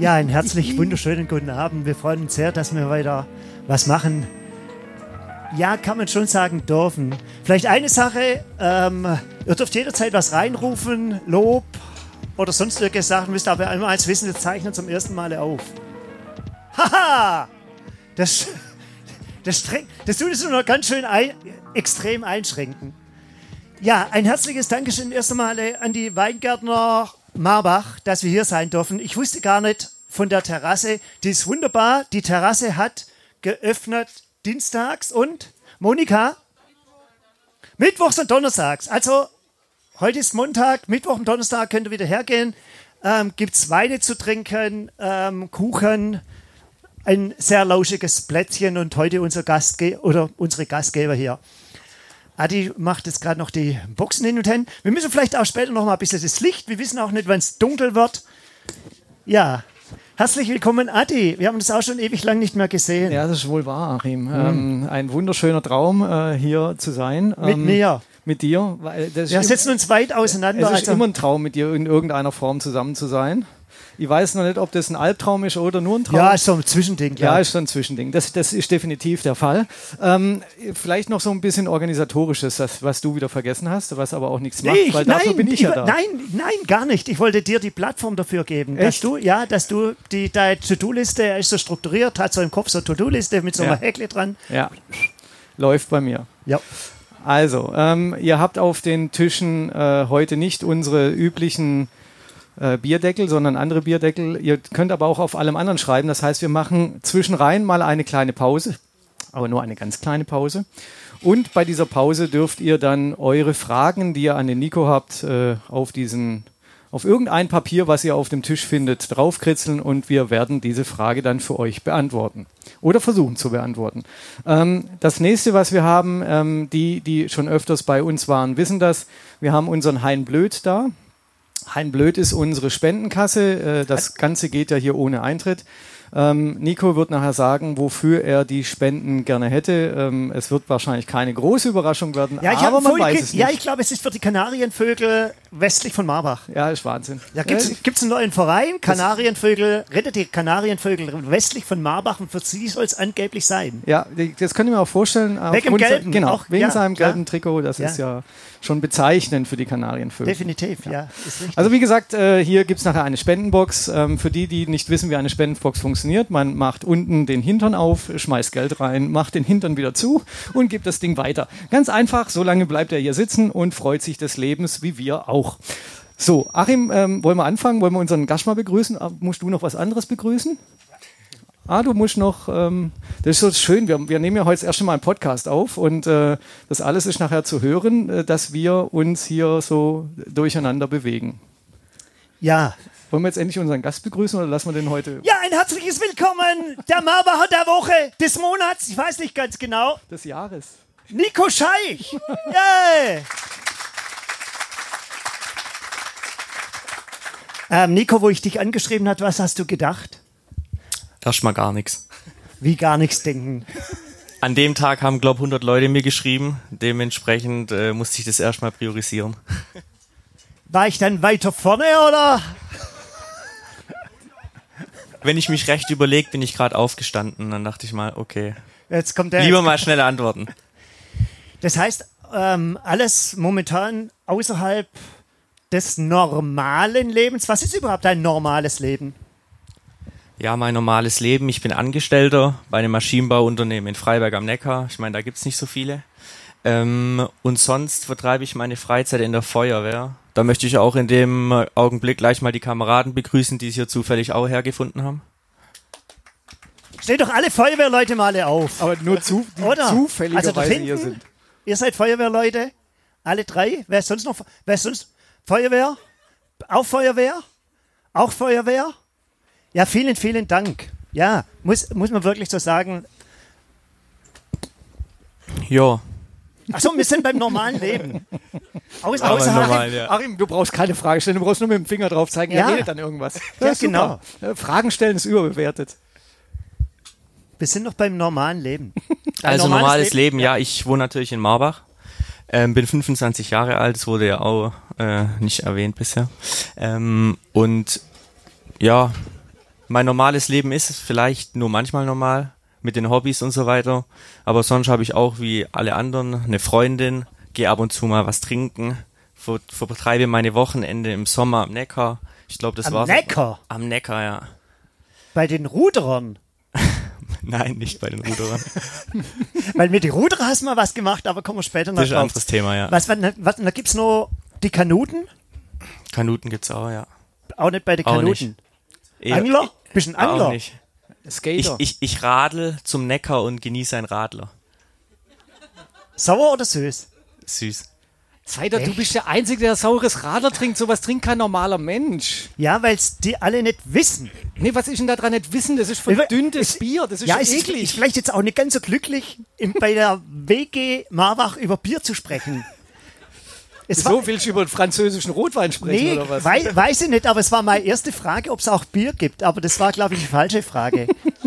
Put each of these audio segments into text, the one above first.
Ja, einen herzlich wunderschönen guten Abend. Wir freuen uns sehr, dass wir weiter was machen. Ja, kann man schon sagen, dürfen. Vielleicht eine Sache, ihr dürft jederzeit was reinrufen, Lob oder sonstige Sachen, müsst aber einmal eins wissen, wir zeichnen zum ersten Mal auf. Haha! Das tut es nur noch ganz schön extrem einschränken. Ja, ein herzliches Dankeschön erst einmal an die Weingärtner Marbach, dass wir hier sein dürfen. Ich wusste gar nicht von der Terrasse. Die ist wunderbar. Die Terrasse hat geöffnet dienstags und, Monika? Mittwochs und donnerstags. Also, heute ist Montag, Mittwoch und Donnerstag könnt ihr wieder hergehen. Gibt's Weine zu trinken, Kuchen, ein sehr lauschiges Plätzchen und heute unsere Gastgeber hier. Adi macht jetzt gerade noch die Boxen hin und her. Wir müssen vielleicht auch später noch mal ein bisschen das Licht. Wir wissen auch nicht, wann es dunkel wird. Ja, herzlich willkommen, Adi. Wir haben uns auch schon ewig lang nicht mehr gesehen. Ja, das ist wohl wahr, Achim. Ein wunderschöner Traum, hier zu sein. Mit mir. Mit dir. Weil wir setzen uns weit auseinander. Es ist immer ein Traum, mit dir in irgendeiner Form zusammen zu sein. Ich weiß noch nicht, ob das ein Albtraum ist oder nur ein Traum. Ja, ist so ein Zwischending. Ja, ist so ein Zwischending. Das ist definitiv der Fall. Vielleicht noch so ein bisschen Organisatorisches, was du wieder vergessen hast, was aber auch nichts macht, weil dafür bin ich ja da. Nein, gar nicht. Ich wollte dir die Plattform dafür geben. Echt? Dass du deine To-Do-Liste, ist so strukturiert, hat so im Kopf so eine To-Do-Liste mit so einem Häkle dran. Ja, läuft bei mir. Ja. Also, ihr habt auf den Tischen heute nicht unsere üblichen Bierdeckel, sondern andere Bierdeckel. Ihr könnt aber auch auf allem anderen schreiben. Das heißt, wir machen zwischenrein mal eine kleine Pause, aber nur eine ganz kleine Pause. Und bei dieser Pause dürft ihr dann eure Fragen, die ihr an den Nico habt, auf irgendein Papier, was ihr auf dem Tisch findet, draufkritzeln und wir werden diese Frage dann für euch beantworten. Oder versuchen zu beantworten. Das nächste, was wir haben, die schon öfters bei uns waren, wissen das. Wir haben unseren Hein Blöd da. Hein Blöd ist unsere Spendenkasse. Das Ganze geht ja hier ohne Eintritt. Nico wird nachher sagen, wofür er die Spenden gerne hätte. Es wird wahrscheinlich keine große Überraschung werden, aber man weiß es nicht. Ja, ich glaube, es ist für die Kanarienvögel westlich von Marbach. Ja, ist Wahnsinn. Ja, gibt's einen neuen Verein, Kanarienvögel, rettet die Kanarienvögel westlich von Marbach und für sie soll es angeblich sein. Ja, das könnt ihr mir auch vorstellen. Wegen Gelben. Genau, auch, wegen seinem gelben Trikot, das ist ja schon bezeichnend für die Kanarienvögel. Definitiv, ja. Ist richtig. Also wie gesagt, hier gibt es nachher eine Spendenbox. Für die nicht wissen, wie eine Spendenbox funktioniert, man macht unten den Hintern auf, schmeißt Geld rein, macht den Hintern wieder zu und gibt das Ding weiter. Ganz einfach, so lange bleibt er hier sitzen und freut sich des Lebens, wie wir auch. So, Achim, wollen wir anfangen? Wollen wir unseren Gast mal begrüßen? Musst du noch was anderes begrüßen? Du musst noch, das ist so schön, wir nehmen ja heute das erste Mal einen Podcast auf und das alles ist nachher zu hören, dass wir uns hier so durcheinander bewegen. Ja. Wollen wir jetzt endlich unseren Gast begrüßen oder lassen wir den heute? Ja, ein herzliches Willkommen, der Marbacher der Woche, des Monats, ich weiß nicht ganz genau. Des Jahres. Nico Scheich. Yeah. Nico, wo ich dich angeschrieben habe, was hast du gedacht? Erstmal gar nichts. Wie gar nichts denken? An dem Tag haben, glaube ich, 100 Leute mir geschrieben. Dementsprechend musste ich das erstmal priorisieren. War ich dann weiter vorne, oder? Wenn ich mich recht überlege, bin ich gerade aufgestanden. Dann dachte ich mal, okay, jetzt kommt lieber mal schnelle Antworten. Das heißt, alles momentan außerhalb des normalen Lebens. Was ist überhaupt ein normales Leben? Ja, mein normales Leben. Ich bin Angestellter bei einem Maschinenbauunternehmen in Freiberg am Neckar. Ich meine, da gibt's nicht so viele. Und sonst vertreibe ich meine Freizeit in der Feuerwehr. Da möchte ich auch in dem Augenblick gleich mal die Kameraden begrüßen, die es hier zufällig auch hergefunden haben. Steht doch alle Feuerwehrleute mal auf. Aber nur zufälligerweise hier sind. Ihr seid Feuerwehrleute? Alle drei? Wer ist sonst noch? Wer ist sonst? Feuerwehr? Auch Feuerwehr? Auch Feuerwehr? Ja, vielen, vielen Dank. Ja, muss man wirklich so sagen. Ja. Achso, wir sind beim normalen Leben. Achim, du brauchst keine Frage stellen, du brauchst nur mit dem Finger drauf zeigen, er redet dann irgendwas. Ja, genau. Fragen stellen ist überbewertet. Wir sind noch beim normalen Leben. Also normales Leben, ja. Ich wohne natürlich in Marbach. Bin 25 Jahre alt, das wurde ja auch nicht erwähnt bisher. Und ja, Mein normales Leben ist vielleicht nur manchmal normal, mit den Hobbys und so weiter. Aber sonst habe ich auch wie alle anderen eine Freundin, gehe ab und zu mal was trinken, vertreibe meine Wochenende im Sommer am Neckar. Ich glaube, das war's. Am Neckar? Am Neckar, ja. Bei den Ruderern? Nein, nicht bei den Ruderern. Weil mit den Ruderern hast du mal was gemacht, aber kommen wir später noch Das ist ein drauf. anderes Thema, ja. Da gibt's noch die Kanuten? Kanuten gibt's auch, ja. Auch nicht bei den Auch Kanuten. Eher- Angler? Bist du ein Angler? Auch nicht. Skater. Ich radel zum Neckar und genieße einen Radler. Sauer oder süß? Süß. Zeider, du bist der Einzige, der saures Radler trinkt. Sowas trinkt kein normaler Mensch. Ja, weil es die alle nicht wissen. Nee, was ist denn da dran nicht wissen? Das ist verdünntes Bier. Das ist ja, schon es eklig. ist vielleicht jetzt auch nicht ganz so glücklich, bei der WG Marwach über Bier zu sprechen. Es So willst du über den französischen Rotwein sprechen, Nee, oder was? weiß ich nicht, aber es war meine erste Frage, ob es auch Bier gibt. Aber das war, glaube ich, die falsche Frage.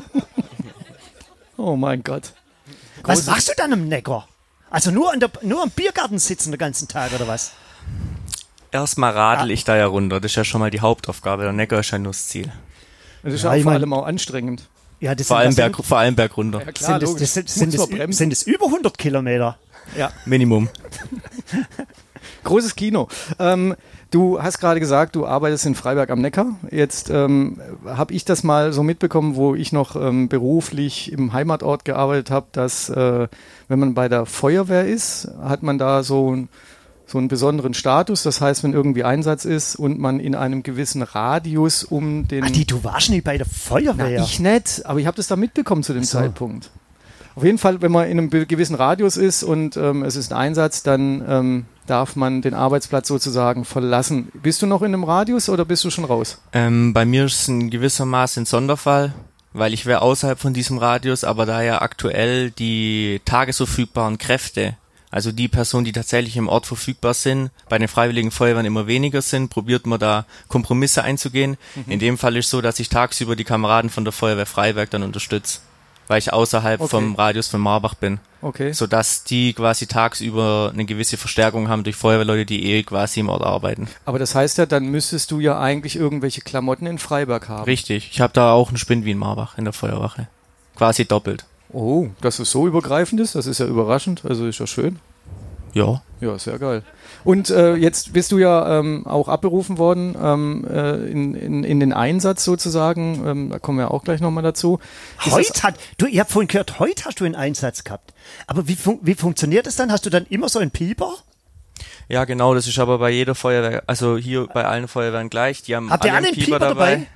Oh mein Gott. Was machst du dann am Neckar? Also nur am Biergarten sitzen den ganzen Tag, oder was? Erstmal radel ich da ja runter. Das ist ja schon mal die Hauptaufgabe. Der Neckar ist ja nur das Ziel. Das ist Ja, ja ich vor mein- allem auch anstrengend. Ja, das Vor allem Berg runter. Ja, klar, logisch. sind es über 100 Kilometer? Ja, Minimum. großes Kino. Du hast gerade gesagt, du arbeitest in Freiberg am Neckar. Jetzt habe ich das mal so mitbekommen, wo ich noch beruflich im Heimatort gearbeitet habe, dass wenn man bei der Feuerwehr ist, hat man da so einen besonderen Status. Das heißt, wenn irgendwie Einsatz ist und man in einem gewissen Radius um den... Du warst nicht bei der Feuerwehr. Ich nicht, aber ich habe das da mitbekommen zu dem Zeitpunkt. Auf jeden Fall, wenn man in einem gewissen Radius ist und es ist ein Einsatz, dann darf man den Arbeitsplatz sozusagen verlassen. Bist du noch in einem Radius oder bist du schon raus? Bei mir ist es in gewissermaßen ein Sonderfall, weil ich wäre außerhalb von diesem Radius, aber da ja aktuell die tagesverfügbaren Kräfte, also die Personen, die tatsächlich im Ort verfügbar sind, bei den Freiwilligen Feuerwehren immer weniger sind, probiert man da Kompromisse einzugehen. In dem Fall ist es so, dass ich tagsüber die Kameraden von der Feuerwehr Freiberg dann unterstütze, weil ich außerhalb vom Radius von Marbach bin. Okay. Sodass die quasi tagsüber eine gewisse Verstärkung haben durch Feuerwehrleute, die quasi im Ort arbeiten. Aber das heißt ja, dann müsstest du ja eigentlich irgendwelche Klamotten in Freiberg haben. Richtig. Ich habe da auch einen Spind wie in Marbach in der Feuerwache. Quasi doppelt. Oh, dass es so übergreifend ist, das ist ja überraschend, also ist ja schön. Ja. Ja, sehr geil. Und jetzt bist du ja auch abberufen worden in den Einsatz sozusagen. Da kommen wir auch gleich nochmal dazu. Ihr habt vorhin gehört, heute hast du einen Einsatz gehabt. Aber wie funktioniert das dann? Hast du dann immer so einen Pieper? Ja, genau. Das ist aber bei jeder Feuerwehr, also hier bei allen Feuerwehren gleich. Die haben Habt ihr alle alle einen einen Pieper dabei?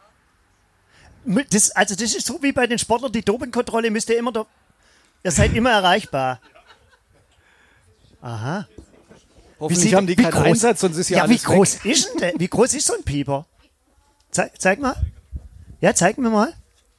Das ist so wie bei den Sportlern, die Dopingkontrolle müsst ihr ihr seid immer erreichbar. Aha. Hoffentlich haben die keinen Einsatz, sonst ist ja alles wie groß ist denn der? Wie groß ist so ein Pieper? Zeig mal. Ja, zeig mir mal.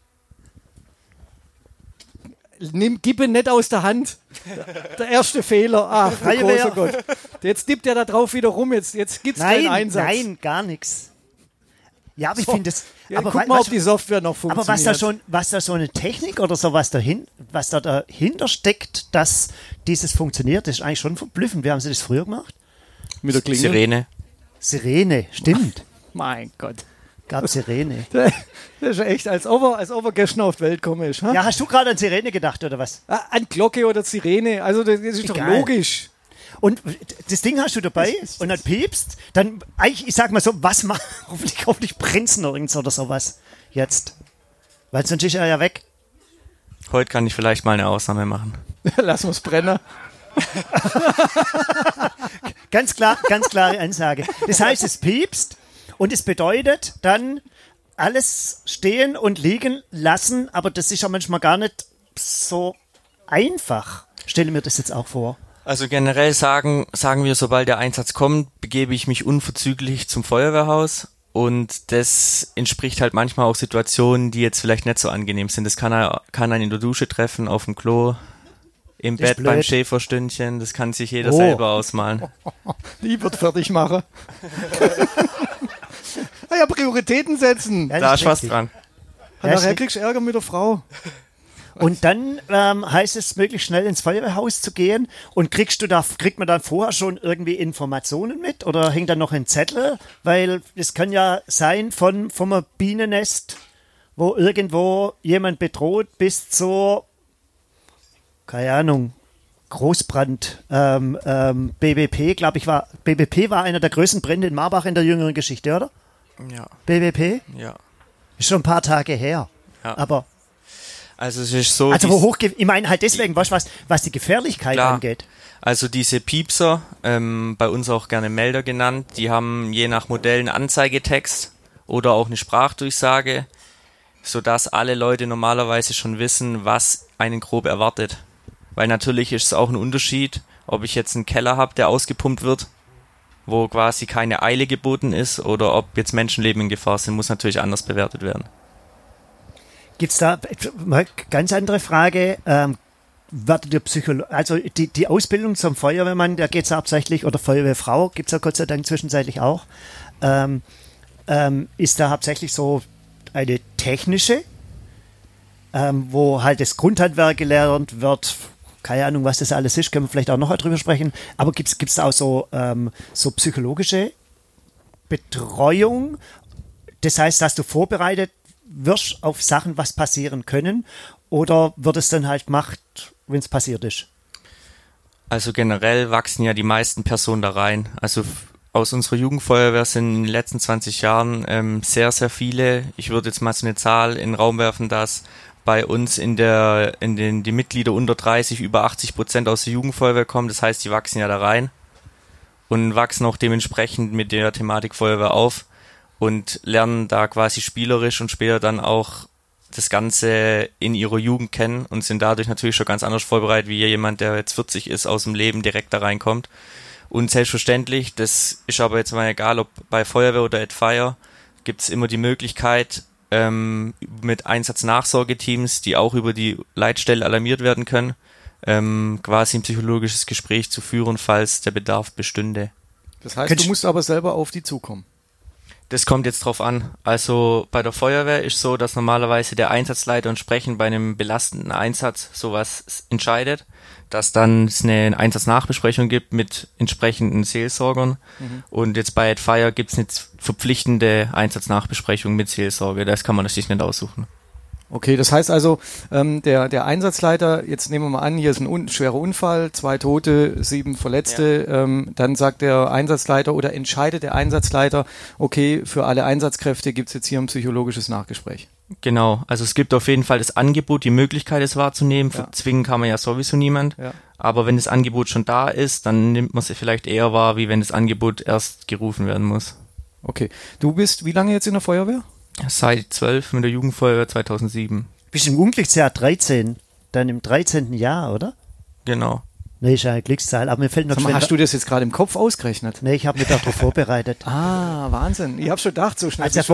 Gib ihn nicht aus der Hand. Der erste Fehler. Ach, du Feuerwehr. großer Gott. Jetzt dippt er da drauf wieder rum. Jetzt gibt's keinen Einsatz. Nein, gar nichts. Ja, aber ich finde es. Ja, aber guck mal, ob die Software noch aber funktioniert. was da so eine Technik oder so was da dahinter steckt, dass dieses funktioniert, ist eigentlich schon verblüffend. Wie haben sie das früher gemacht? Mit der Klingel. Sirene. Sirene, stimmt. Mein Gott. Gab Sirene. Das ist ja echt, als ob er gestern auf die Welt gekommen ist. Ha? Ja, hast du gerade an Sirene gedacht, oder was? An Glocke oder Sirene. Also das ist doch Egal. logisch. Und das Ding hast du dabei und dann piepst, dann eigentlich, ich sag mal so, was macht, hoffentlich brennt's nirgends oder sowas jetzt. Weil sonst ist er ja weg. Heute kann ich vielleicht mal eine Ausnahme machen. Lass uns brennen. Ganz klare Ansage. Das heißt, es piepst und es bedeutet dann alles stehen und liegen lassen, aber das ist ja manchmal gar nicht so einfach. Stelle mir das jetzt auch vor. Also generell sagen wir, sobald der Einsatz kommt, begebe ich mich unverzüglich zum Feuerwehrhaus und das entspricht halt manchmal auch Situationen, die jetzt vielleicht nicht so angenehm sind. Das kann einen in der Dusche treffen, auf dem Klo, im Das ist Bett blöd. beim Schäferstündchen, das kann sich jeder selber ausmalen. Die wird fertig machen. Ja, Prioritäten setzen. Ja, Da das ist was richtig. dran. Ja, Nachher ist kriegst du Ärger mit der Frau. Und dann heißt es, möglichst schnell ins Feuerwehrhaus zu gehen. Und kriegt man dann vorher schon irgendwie Informationen mit? Oder hängt da noch ein Zettel? Weil es kann ja sein vom Bienennest wo irgendwo jemand bedroht bis zur, keine Ahnung, Großbrand, BBP, glaube ich, BBP war einer der größten Brände in Marbach in der jüngeren Geschichte, oder? Ja. BBP? Ja. Ist schon ein paar Tage her. Ja. Aber Also es ist so. also ich meine halt deswegen, was die Gefährlichkeit angeht. Also diese Piepser, bei uns auch gerne Melder genannt, die haben je nach Modell einen Anzeigetext oder auch eine Sprachdurchsage, sodass alle Leute normalerweise schon wissen, was einen grob erwartet. Weil natürlich ist es auch ein Unterschied, ob ich jetzt einen Keller habe, der ausgepumpt wird, wo quasi keine Eile geboten ist, oder ob jetzt Menschenleben in Gefahr sind, muss natürlich anders bewertet werden. Gibt es da mal ganz andere Frage? Werdet ihr also die Ausbildung zum Feuerwehrmann, da geht es hauptsächlich, oder Feuerwehrfrau, gibt es ja Gott sei Dank zwischenzeitlich auch, ist da hauptsächlich so eine technische, wo halt das Grundhandwerk gelernt wird, keine Ahnung, was das alles ist, können wir vielleicht auch noch drüber sprechen, aber gibt es da auch so psychologische Betreuung, das heißt, dass du vorbereitet wirst auf Sachen, was passieren können, oder wird es dann halt gemacht, wenn es passiert ist? Also generell wachsen ja die meisten Personen da rein. Also aus unserer Jugendfeuerwehr sind in den letzten 20 Jahren sehr, sehr viele, ich würde jetzt mal so eine Zahl in den Raum werfen, dass bei uns die Mitglieder unter 30 über 80% aus der Jugendfeuerwehr kommen. Das heißt, die wachsen ja da rein und wachsen auch dementsprechend mit der Thematik Feuerwehr auf und lernen da quasi spielerisch und später dann auch das Ganze in ihrer Jugend kennen und sind dadurch natürlich schon ganz anders vorbereitet, wie jemand, der jetzt 40 ist, aus dem Leben direkt da reinkommt. Und selbstverständlich, das ist aber jetzt mal egal, ob bei Feuerwehr oder at Fire, gibt es immer die Möglichkeit, mit Einsatznachsorgeteams, die auch über die Leitstelle alarmiert werden können, quasi ein psychologisches Gespräch zu führen, falls der Bedarf bestünde. Das heißt, du musst aber selber auf die zukommen. Das kommt jetzt drauf an. Also bei der Feuerwehr ist so, dass normalerweise der Einsatzleiter entsprechend bei einem belastenden Einsatz sowas entscheidet, dass dann es eine Einsatznachbesprechung gibt mit entsprechenden Seelsorgern. Und jetzt bei at Fire gibt es eine verpflichtende Einsatznachbesprechung mit Seelsorge. Das kann man sich nicht aussuchen. Okay, das heißt also, der Einsatzleiter, jetzt nehmen wir mal an, hier ist ein schwerer Unfall, 2 Tote, 7 Verletzte, ja. Dann sagt der Einsatzleiter oder entscheidet der Einsatzleiter, okay, für alle Einsatzkräfte gibt es jetzt hier ein psychologisches Nachgespräch. Genau, also es gibt auf jeden Fall das Angebot, die Möglichkeit, es wahrzunehmen. Ja. Zwingen kann man ja sowieso niemand. Ja. Aber wenn das Angebot schon da ist, dann nimmt man es vielleicht eher wahr, wie wenn das Angebot erst gerufen werden muss. Okay, du bist wie lange jetzt in der Feuerwehr? Seit 12 mit der Jugendfeuerwehr 2007. Bist im Unglücksjahr 13, dann im 13. Jahr, oder? Genau. Nee, ist ja eine Glückszahl, aber mir fällt noch... Hast du das jetzt gerade im Kopf ausgerechnet? Nee, ich habe mich darauf vorbereitet. Ah, Wahnsinn. Ich habe schon gedacht, so schnell. Als er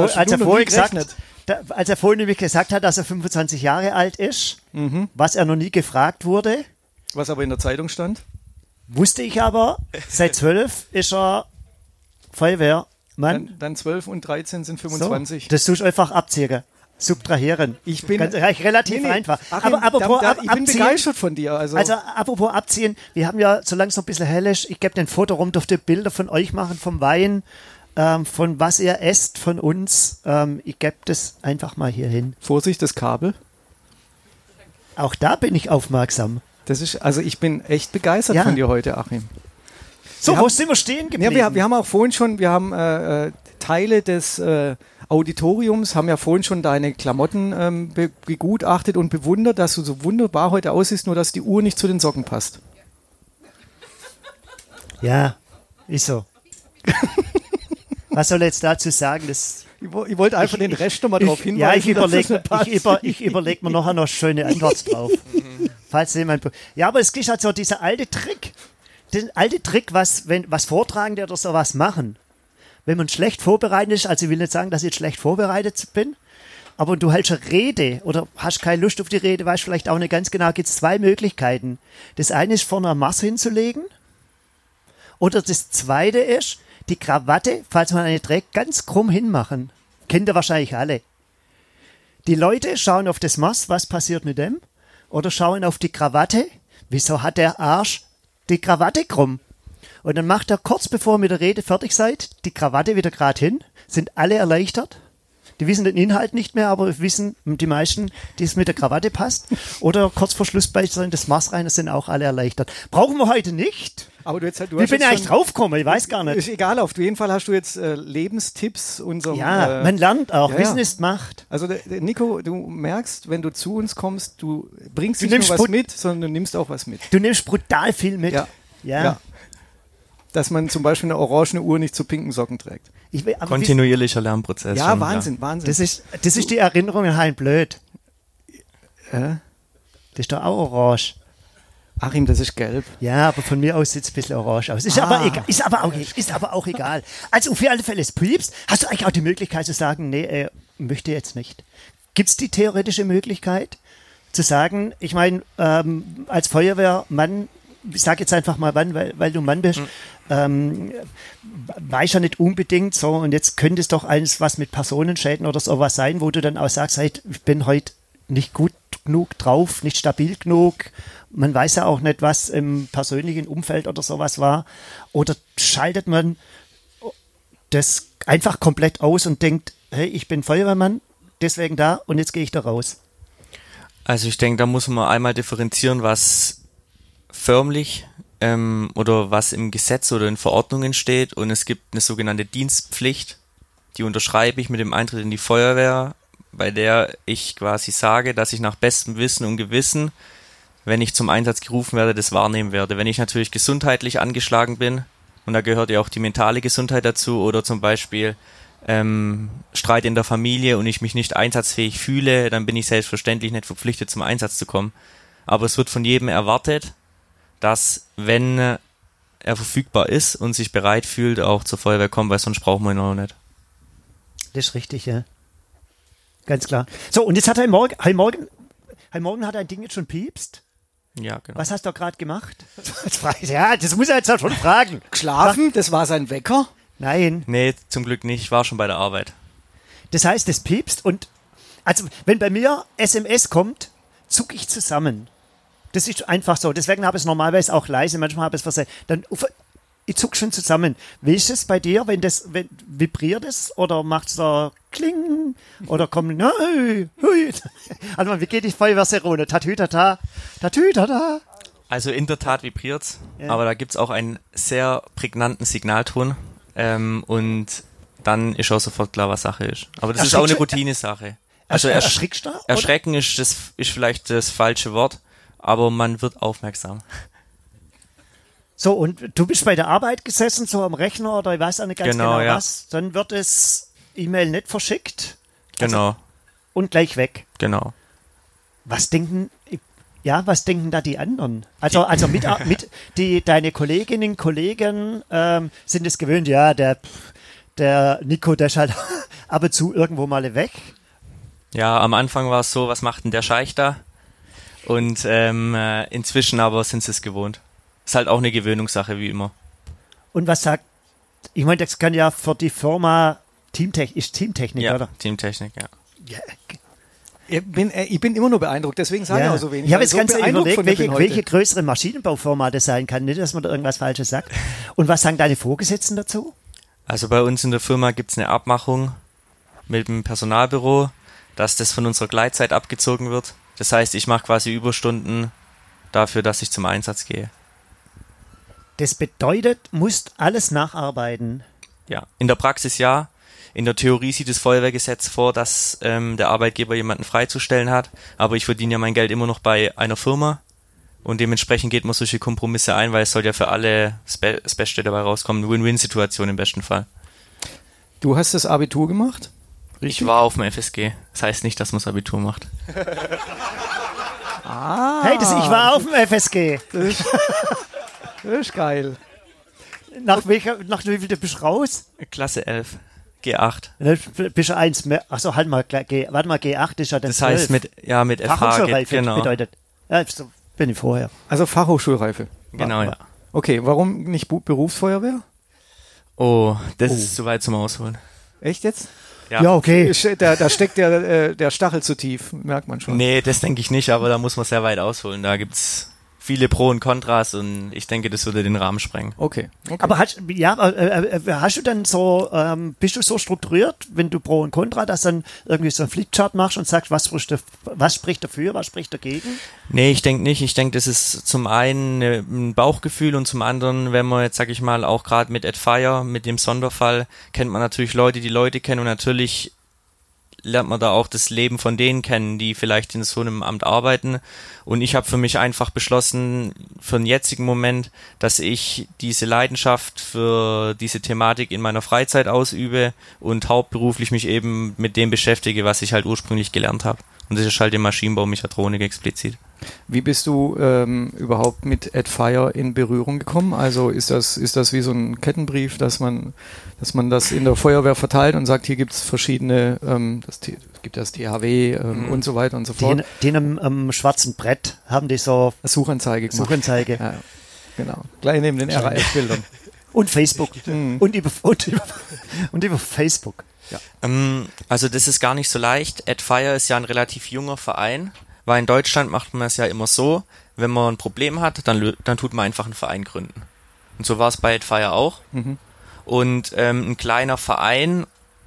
vorhin nämlich gesagt hat, dass er 25 Jahre alt ist, was er noch nie gefragt wurde. Was aber in der Zeitung stand. Wusste ich aber, seit 12 ist er Feuerwehrmann. Dann 12 und 13 sind 25. So, das tust du einfach abziehen. Subtrahieren. Ich bin relativ einfach. Achim, aber ich bin begeistert von dir. Also apropos abziehen, wir haben ja, solange es noch ein bisschen hell ist, ich gebe den Foto rum, dürfte Bilder von euch machen, vom Wein, von was ihr esst, von uns. Ich gebe das einfach mal hier hin. Vorsicht, das Kabel. Auch da bin ich aufmerksam. Ich bin echt begeistert von dir heute, Achim. So, wo sind wir stehen geblieben? Ja, wir haben auch vorhin schon, Teile des Auditoriums, haben ja vorhin schon deine Klamotten begutachtet und bewundert, dass du so wunderbar heute aussiehst, nur dass die Uhr nicht zu den Socken passt. Ja, ist so. Was soll ich jetzt dazu sagen? Ich wollte einfach den Rest nochmal drauf hinweisen. Ja, ich überlege mir nachher noch schöne Antwort drauf. Falls jemand... Ja, aber es ist halt so dieser alte Trick. Den alte Trick, was Vortragende oder sowas machen. Wenn man schlecht vorbereitet ist, also ich will nicht sagen, dass ich jetzt schlecht vorbereitet bin, aber du hältst eine Rede oder hast keine Lust auf die Rede, weißt vielleicht auch nicht ganz genau, gibt es 2 Möglichkeiten. Das eine ist, vorne eine Masse hinzulegen, oder das zweite ist, die Krawatte, falls man eine trägt, ganz krumm hinmachen. Kennt ihr wahrscheinlich alle. Die Leute schauen auf das Maß, was passiert mit dem, oder schauen auf die Krawatte, wieso hat der Arsch die Krawatte krumm? Und dann macht er kurz bevor ihr mit der Rede fertig seid, die Krawatte wieder gerade hin, sind alle erleichtert. Die wissen den Inhalt nicht mehr, aber wissen die meisten, die es mit der Krawatte passt. Oder kurz vor Schluss bei des Marsreiners sind auch alle erleichtert. Brauchen wir heute nicht. Aber du Wie bin ich eigentlich draufgekommen? Ich weiß gar nicht. Ist egal, auf jeden Fall hast du jetzt Lebenstipps. Ja, man lernt auch. ja, Wissen ist Macht. Also der Nico, du merkst, wenn du zu uns kommst, du bringst nicht nimmst nur was mit, sondern du nimmst auch was mit. Du nimmst brutal viel mit. Ja. Dass man zum Beispiel eine orangene Uhr nicht zu pinken Socken trägt. Kontinuierlicher Lernprozess. Ja, schon, Wahnsinn. Das ist die Erinnerung an Hein Blöd. Das ist doch auch orange. Achim, das ist gelb. Ja, aber von mir aus sieht es ein bisschen orange aus. Ist aber auch egal. Also für alle Fälle, es piepst. Hast du eigentlich auch die Möglichkeit zu sagen, nee, möchte jetzt nicht? Gibt es die theoretische Möglichkeit zu sagen, ich meine, als Feuerwehrmann, ich sage jetzt einfach mal Mann, weil du Mann bist, weiß ja nicht unbedingt so, und jetzt könnte es doch eines was mit Personenschäden oder sowas sein, wo du dann auch sagst, hey, ich bin heute nicht gut genug drauf, nicht stabil genug. Man weiß ja auch nicht, was im persönlichen Umfeld oder sowas war. Oder schaltet man das einfach komplett aus und denkt, hey, ich bin Feuerwehrmann, deswegen da und jetzt gehe ich da raus. Also ich denke, da muss man einmal differenzieren, was förmlich oder was im Gesetz oder in Verordnungen steht, und es gibt eine sogenannte Dienstpflicht, die unterschreibe ich mit dem Eintritt in die Feuerwehr, bei der ich quasi sage, dass ich nach bestem Wissen und Gewissen, wenn ich zum Einsatz gerufen werde, das wahrnehmen werde. Wenn ich natürlich gesundheitlich angeschlagen bin, und da gehört ja auch die mentale Gesundheit dazu, oder zum Beispiel Streit in der Familie und ich mich nicht einsatzfähig fühle, dann bin ich selbstverständlich nicht verpflichtet, zum Einsatz zu kommen. Aber es wird von jedem erwartet, dass, wenn er verfügbar ist und sich bereit fühlt, auch zur Feuerwehr kommt, weil sonst brauchen wir ihn auch nicht. Das ist richtig, ja. Ganz klar. So, und jetzt hat heute Morgen hat ein Ding jetzt schon piepst. Ja, genau. Was hast du gerade gemacht? Ja, das muss er jetzt auch schon fragen. Geschlafen? Das war sein Wecker? Nein. Nee, zum Glück nicht. Ich war schon bei der Arbeit. Das heißt, es piepst und, also, wenn bei mir SMS kommt, zucke ich zusammen. Das ist einfach so. Deswegen habe ich es normalerweise auch leise. Manchmal habe ich es versehen. Ich zucke schon zusammen. Wie ist es bei dir, wenn vibriert es oder macht es da Kling oder kommt, hui. Also, wie geht die Feuerwehrserone? Tatütata, tatütata. Also in der Tat vibriert's, Ja. aber da gibt's auch einen sehr prägnanten Signalton, und dann ist auch sofort klar, was Sache ist. Aber das ist auch eine Routinesache. Also Erschrickst du? Erschrecken ist vielleicht das falsche Wort, aber man wird aufmerksam. So, und du bist bei der Arbeit gesessen, so am Rechner oder ich weiß auch nicht ganz genau ja. was. Dann wird das E-Mail nicht verschickt. Genau, Und gleich weg. genau. Was denken da die anderen? Also deine Kolleginnen, Kollegen sind es gewöhnt, ja, der Nico, der ist halt ab und zu irgendwo mal weg. Ja, am Anfang war es so, was macht denn der Scheich da? Und inzwischen aber sind sie es gewohnt. Ist halt auch eine Gewöhnungssache, wie immer. Und was sagt, ich meine, das kann ja für die Firma Teamtechnik, Ja, oder? Teamtechnik, ja. Ja. Ich bin immer nur beeindruckt, deswegen sage ich auch so wenig. Ich habe weil jetzt so ganz beeindruckt von überlegt, dir bin welche heute. größere Maschinenbaufirma das sein kann. Nicht, dass man da irgendwas Falsches sagt. Und was sagen deine Vorgesetzten dazu? Also bei uns in der Firma gibt's eine Abmachung mit dem Personalbüro, dass das von unserer Gleitzeit abgezogen wird. Das heißt, ich mache quasi Überstunden dafür, dass ich zum Einsatz gehe. Das bedeutet, musst alles nacharbeiten. Ja, in der Praxis ja. In der Theorie sieht das Feuerwehrgesetz vor, dass der Arbeitgeber jemanden freizustellen hat. Aber ich verdiene ja mein Geld immer noch bei einer Firma. Und dementsprechend geht man solche Kompromisse ein, weil es soll ja für alle das Beste dabei rauskommen. Eine Win-Win-Situation im besten Fall. Du hast das Abitur gemacht? Richtig? Ich war auf dem FSG. Das heißt nicht, dass man das Abitur macht. Hey, ich war auf dem FSG. Das ist geil. Nach wie viel bist du raus? Klasse 11. G8. Dann bist du eins mehr. Achso, halt mal, warte mal, G8 ist ja dann Das heißt 12. mit FH geht, Fachhochschulreife genau. bedeutet. Ja, so bin ich vorher. Also Fachhochschulreife. Genau, ja. Okay, warum nicht Berufsfeuerwehr? Oh, das ist zu weit zum Ausholen. Echt jetzt? Ja, okay. Da steckt der Stachel zu tief, merkt man schon. Nee, das denke ich nicht, aber da muss man sehr weit ausholen. Da gibt's viele Pro und Kontras und ich denke, das würde den Rahmen sprengen. Okay. Aber hast du dann so, bist du so strukturiert, wenn du Pro und Contra, dass dann irgendwie so ein Flipchart machst und sagst, was spricht dafür, was spricht dagegen? Nee, ich denke nicht. Ich denke, das ist zum einen ein Bauchgefühl und zum anderen, wenn man jetzt, sag ich mal, auch gerade mit AdFire, mit dem Sonderfall, kennt man natürlich Leute, die Leute kennen und natürlich lernt man da auch das Leben von denen kennen, die vielleicht in so einem Amt arbeiten. Und ich habe für mich einfach beschlossen, für den jetzigen Moment, dass ich diese Leidenschaft für diese Thematik in meiner Freizeit ausübe und hauptberuflich mich eben mit dem beschäftige, was ich halt ursprünglich gelernt habe. Und das ist halt im Maschinenbau, Mechatronik explizit. Wie bist du überhaupt mit AdFire in Berührung gekommen? Also ist das wie so ein Kettenbrief, dass man das in der Feuerwehr verteilt und sagt, hier gibt es verschiedene, gibt das THW und so weiter und so fort. Die am schwarzen Brett haben die so Suchanzeige gemacht. Suchanzeige. Ja, genau. Gleich neben den RAF-Bildern. Und Facebook. Und über Facebook. Ja. Also das ist gar nicht so leicht. AdFire ist ja ein relativ junger Verein, weil in Deutschland macht man es ja immer so, wenn man ein Problem hat, dann tut man einfach einen Verein gründen. Und so war es bei AdFire auch. Mhm. Und ein kleiner Verein,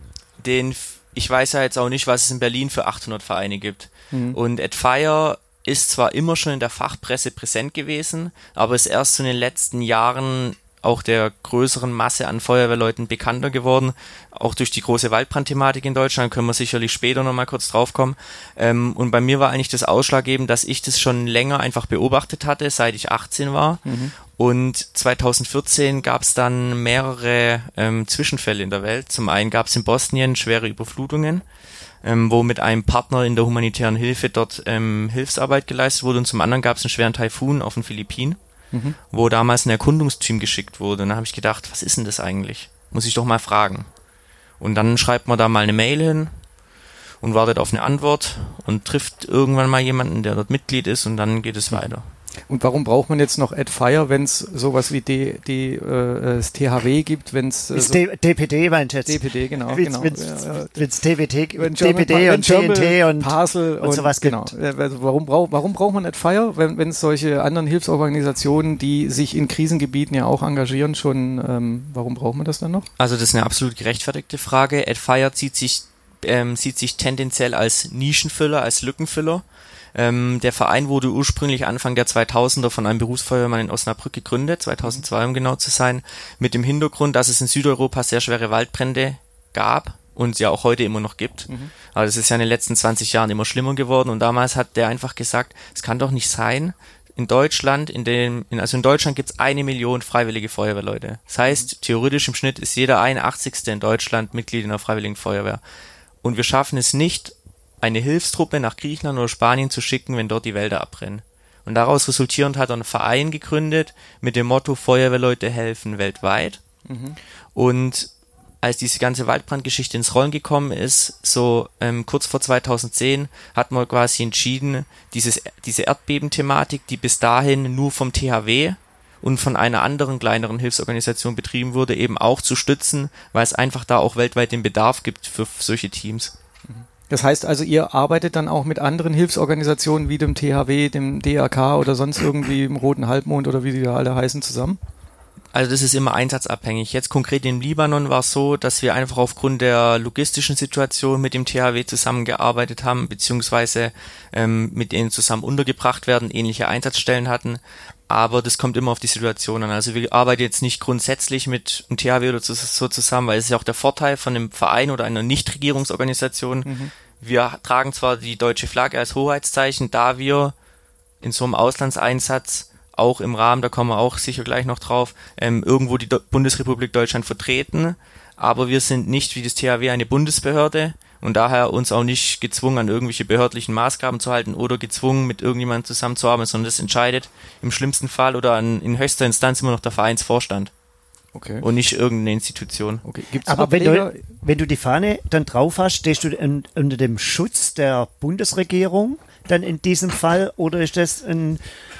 ich weiß ja jetzt auch nicht, was es in Berlin für 800 Vereine gibt. Mhm. Und AdFire ist zwar immer schon in der Fachpresse präsent gewesen, aber ist erst so in den letzten Jahren auch der größeren Masse an Feuerwehrleuten bekannter geworden, auch durch die große Waldbrandthematik in Deutschland, können wir sicherlich später nochmal kurz draufkommen. Und bei mir war eigentlich das ausschlaggebend, dass ich das schon länger einfach beobachtet hatte, seit ich 18 war. Mhm. Und 2014 gab es dann mehrere Zwischenfälle in der Welt. Zum einen gab es in Bosnien schwere Überflutungen, wo mit einem Partner in der humanitären Hilfe dort Hilfsarbeit geleistet wurde, und zum anderen gab es einen schweren Taifun auf den Philippinen. Mhm. Wo damals ein Erkundungsteam geschickt wurde. Und dann habe ich gedacht, was ist denn das eigentlich? Muss ich doch mal fragen. Und dann schreibt man da mal eine Mail hin und wartet auf eine Antwort und trifft irgendwann mal jemanden, der dort Mitglied ist, und dann geht es weiter. Und warum braucht man jetzt noch AdFire, wenn es sowas wie das THW gibt, wenn es DPD meint jetzt. DPD, genau. Wenn es DPD und TNT und Parcel und sowas gibt. Genau. Also warum braucht man AdFire, wenn es solche anderen Hilfsorganisationen, die sich in Krisengebieten ja auch engagieren, schon, warum braucht man das dann noch? Also das ist eine absolut gerechtfertigte Frage. AdFire sieht sich tendenziell als Nischenfüller, als Lückenfüller. Der Verein wurde ursprünglich Anfang der 2000er von einem Berufsfeuerwehrmann in Osnabrück gegründet, 2002 um genau zu sein, mit dem Hintergrund, dass es in Südeuropa sehr schwere Waldbrände gab und es ja auch heute immer noch gibt. Mhm. Aber das ist ja in den letzten 20 Jahren immer schlimmer geworden, und damals hat der einfach gesagt, es kann doch nicht sein, in Deutschland, in Deutschland gibt es 1 Million freiwillige Feuerwehrleute. Das heißt, theoretisch im Schnitt ist jeder 81. in Deutschland Mitglied in der Freiwilligen Feuerwehr. Und wir schaffen es nicht, eine Hilfstruppe nach Griechenland oder Spanien zu schicken, wenn dort die Wälder abbrennen. Und daraus resultierend hat er einen Verein gegründet mit dem Motto Feuerwehrleute helfen weltweit. Mhm. Und als diese ganze Waldbrandgeschichte ins Rollen gekommen ist, so kurz vor 2010, hat man quasi entschieden, diese Erdbebenthematik, die bis dahin nur vom THW und von einer anderen kleineren Hilfsorganisation betrieben wurde, eben auch zu stützen, weil es einfach da auch weltweit den Bedarf gibt für solche Teams. Das heißt also, ihr arbeitet dann auch mit anderen Hilfsorganisationen wie dem THW, dem DRK oder sonst irgendwie im Roten Halbmond oder wie die da alle heißen zusammen? Also das ist immer einsatzabhängig. Jetzt konkret im Libanon war es so, dass wir einfach aufgrund der logistischen Situation mit dem THW zusammengearbeitet haben, beziehungsweise mit denen zusammen untergebracht werden, ähnliche Einsatzstellen hatten. Aber das kommt immer auf die Situation an. Also wir arbeiten jetzt nicht grundsätzlich mit dem THW oder so zusammen, weil es ist ja auch der Vorteil von einem Verein oder einer Nichtregierungsorganisation. Mhm. Wir tragen zwar die deutsche Flagge als Hoheitszeichen, da wir in so einem Auslandseinsatz auch im Rahmen, da kommen wir auch sicher gleich noch drauf, irgendwo die Bundesrepublik Deutschland vertreten, aber wir sind nicht wie das THW eine Bundesbehörde und daher uns auch nicht gezwungen, an irgendwelche behördlichen Maßgaben zu halten oder gezwungen, mit irgendjemandem zusammenzuarbeiten, sondern das entscheidet im schlimmsten Fall oder in höchster Instanz immer noch der Vereinsvorstand. Okay. Und nicht irgendeine Institution. Okay. Gibt's aber wenn du die Fahne dann drauf hast, stehst du unter dem Schutz der Bundesregierung dann in diesem Fall, oder ist das ein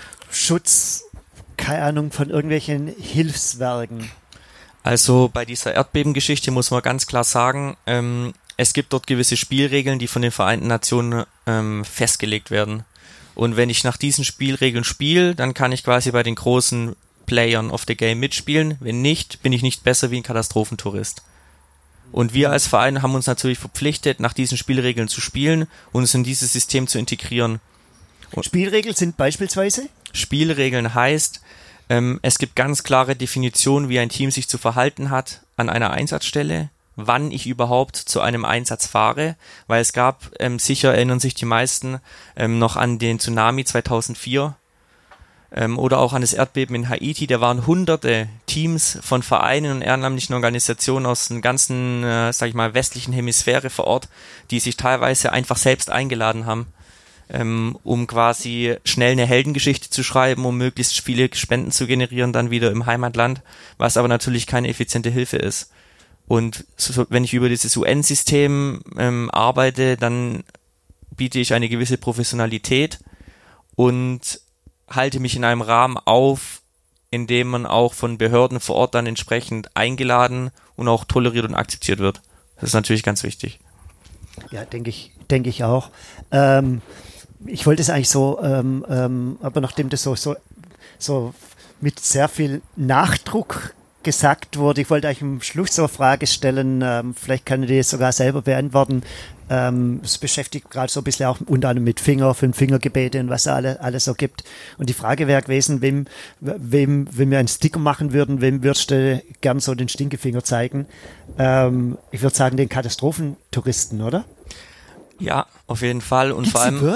Schutz, keine Ahnung, von irgendwelchen Hilfswerken? Also bei dieser Erdbebengeschichte muss man ganz klar sagen, es gibt dort gewisse Spielregeln, die von den Vereinten Nationen festgelegt werden. Und wenn ich nach diesen Spielregeln spiele, dann kann ich quasi bei den großen Playern of the Game mitspielen. Wenn nicht, bin ich nicht besser wie ein Katastrophentourist. Und wir als Verein haben uns natürlich verpflichtet, nach diesen Spielregeln zu spielen und uns in dieses System zu integrieren. Und Spielregeln sind beispielsweise? Spielregeln heißt, es gibt ganz klare Definitionen, wie ein Team sich zu verhalten hat an einer Einsatzstelle, wann ich überhaupt zu einem Einsatz fahre, weil es gab, sicher erinnern sich die meisten noch an den Tsunami 2004, oder auch an das Erdbeben in Haiti. Da waren hunderte Teams von Vereinen und ehrenamtlichen Organisationen aus den ganzen, westlichen Hemisphäre vor Ort, die sich teilweise einfach selbst eingeladen haben, um quasi schnell eine Heldengeschichte zu schreiben, um möglichst viele Spenden zu generieren, dann wieder im Heimatland, was aber natürlich keine effiziente Hilfe ist. Und wenn ich über dieses UN-System arbeite, dann biete ich eine gewisse Professionalität und halte mich in einem Rahmen auf, in dem man auch von Behörden vor Ort dann entsprechend eingeladen und auch toleriert und akzeptiert wird. Das ist natürlich ganz wichtig. Ja, denke ich auch. Ich wollte es eigentlich so, aber nachdem das so mit sehr viel Nachdruck gesagt wurde, ich wollte eigentlich am Schluss so eine Frage stellen, vielleicht kann ich die sogar selber beantworten. Es beschäftigt gerade so ein bisschen auch unter anderem mit 5-Fingergebete und was da alles so gibt. Und die Frage wäre gewesen, wem wir einen Sticker machen würden, wem würdest du gern so den Stinkefinger zeigen? Ich würde sagen, den Katastrophentouristen, oder? Ja, auf jeden Fall. Und vor allem.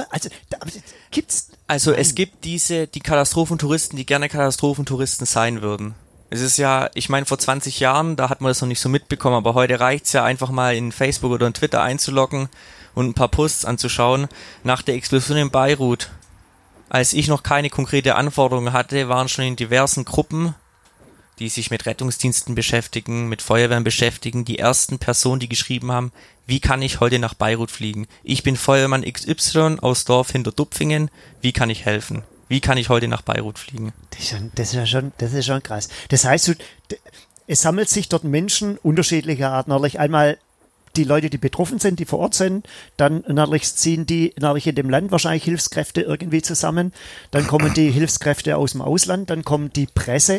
Es gibt die Katastrophentouristen, die gerne Katastrophentouristen sein würden. Es ist ja, ich meine, vor 20 Jahren, da hat man das noch nicht so mitbekommen, aber heute reicht's ja einfach mal in Facebook oder in Twitter einzuloggen und ein paar Posts anzuschauen. Nach der Explosion in Beirut, als ich noch keine konkrete Anforderungen hatte, waren schon in diversen Gruppen, die sich mit Rettungsdiensten beschäftigen, mit Feuerwehren beschäftigen, die ersten Personen, die geschrieben haben, wie kann ich heute nach Beirut fliegen? Ich bin Feuerwehrmann XY aus Dorf hinter Dupfingen, wie kann ich helfen? Wie kann ich heute nach Beirut fliegen? Das ist schon krass. Das heißt, es sammelt sich dort Menschen unterschiedlicher Art. Natürlich einmal die Leute, die betroffen sind, die vor Ort sind. Dann natürlich ziehen die natürlich in dem Land wahrscheinlich Hilfskräfte irgendwie zusammen. Dann kommen die Hilfskräfte aus dem Ausland. Dann kommt die Presse.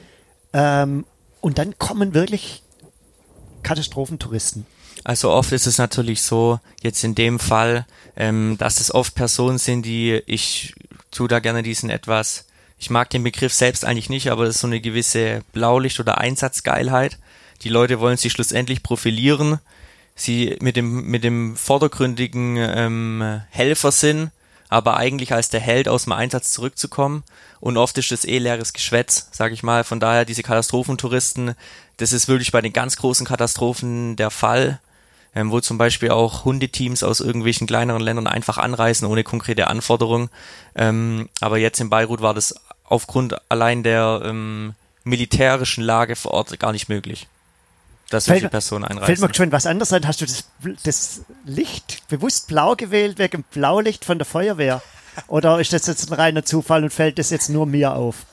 Und dann kommen wirklich Katastrophentouristen. Also oft ist es natürlich so, jetzt in dem Fall, dass es oft Personen sind, ich tue da gerne ich mag den Begriff selbst eigentlich nicht, aber das ist so eine gewisse Blaulicht- oder Einsatzgeilheit. Die Leute wollen sich schlussendlich profilieren, sie mit dem vordergründigen Helfersinn, aber eigentlich als der Held aus dem Einsatz zurückzukommen. Und oft ist das leeres Geschwätz, sage ich mal. Von daher diese Katastrophentouristen, das ist wirklich bei den ganz großen Katastrophen der Fall, wo zum Beispiel auch Hundeteams aus irgendwelchen kleineren Ländern einfach anreisen ohne konkrete Anforderungen. Aber jetzt in Beirut war das aufgrund allein der militärischen Lage vor Ort gar nicht möglich, dass solche Personen einreisen. Fällt mir schon was anderes ein. Hast du das Licht bewusst blau gewählt wegen Blaulicht von der Feuerwehr? Oder ist das jetzt ein reiner Zufall und fällt das jetzt nur mir auf?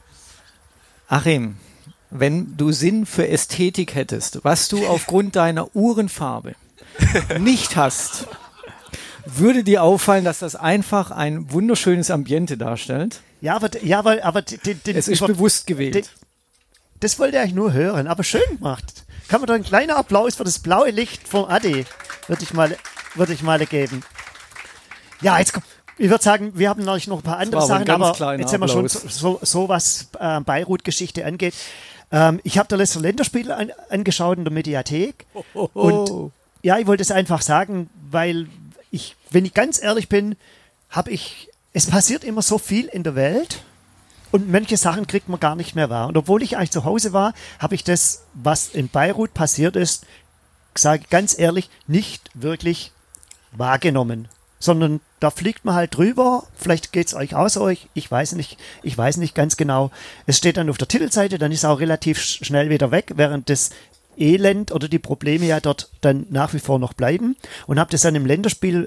Achim, wenn du Sinn für Ästhetik hättest, was du aufgrund deiner Uhrenfarbe nicht hast, würde dir auffallen, dass das einfach ein wunderschönes Ambiente darstellt? Ja, aber es ist bewusst gewählt. Das wollte ich nur hören, aber schön gemacht. Kann man da einen kleinen Applaus für das blaue Licht vom Adi, würde ich mal geben. Ja, jetzt kommt. Ich würde sagen, wir haben natürlich noch ein paar andere Sachen, aber jetzt sind wir schon so was Beirut-Geschichte angeht. Ich habe da letzte Länderspiel angeschaut in der Mediathek. Und ja, ich wollte es einfach sagen, weil wenn ich ganz ehrlich bin, es passiert immer so viel in der Welt und manche Sachen kriegt man gar nicht mehr wahr. Und obwohl ich eigentlich zu Hause war, habe ich das, was in Beirut passiert ist, sage ich ganz ehrlich, nicht wirklich wahrgenommen. Sondern da fliegt man halt drüber, vielleicht geht es euch aus euch, ich weiß nicht ganz genau. Es steht dann auf der Titelseite, dann ist es auch relativ schnell wieder weg, während das Elend oder die Probleme ja dort dann nach wie vor noch bleiben. Und habe das dann im Länderspiegel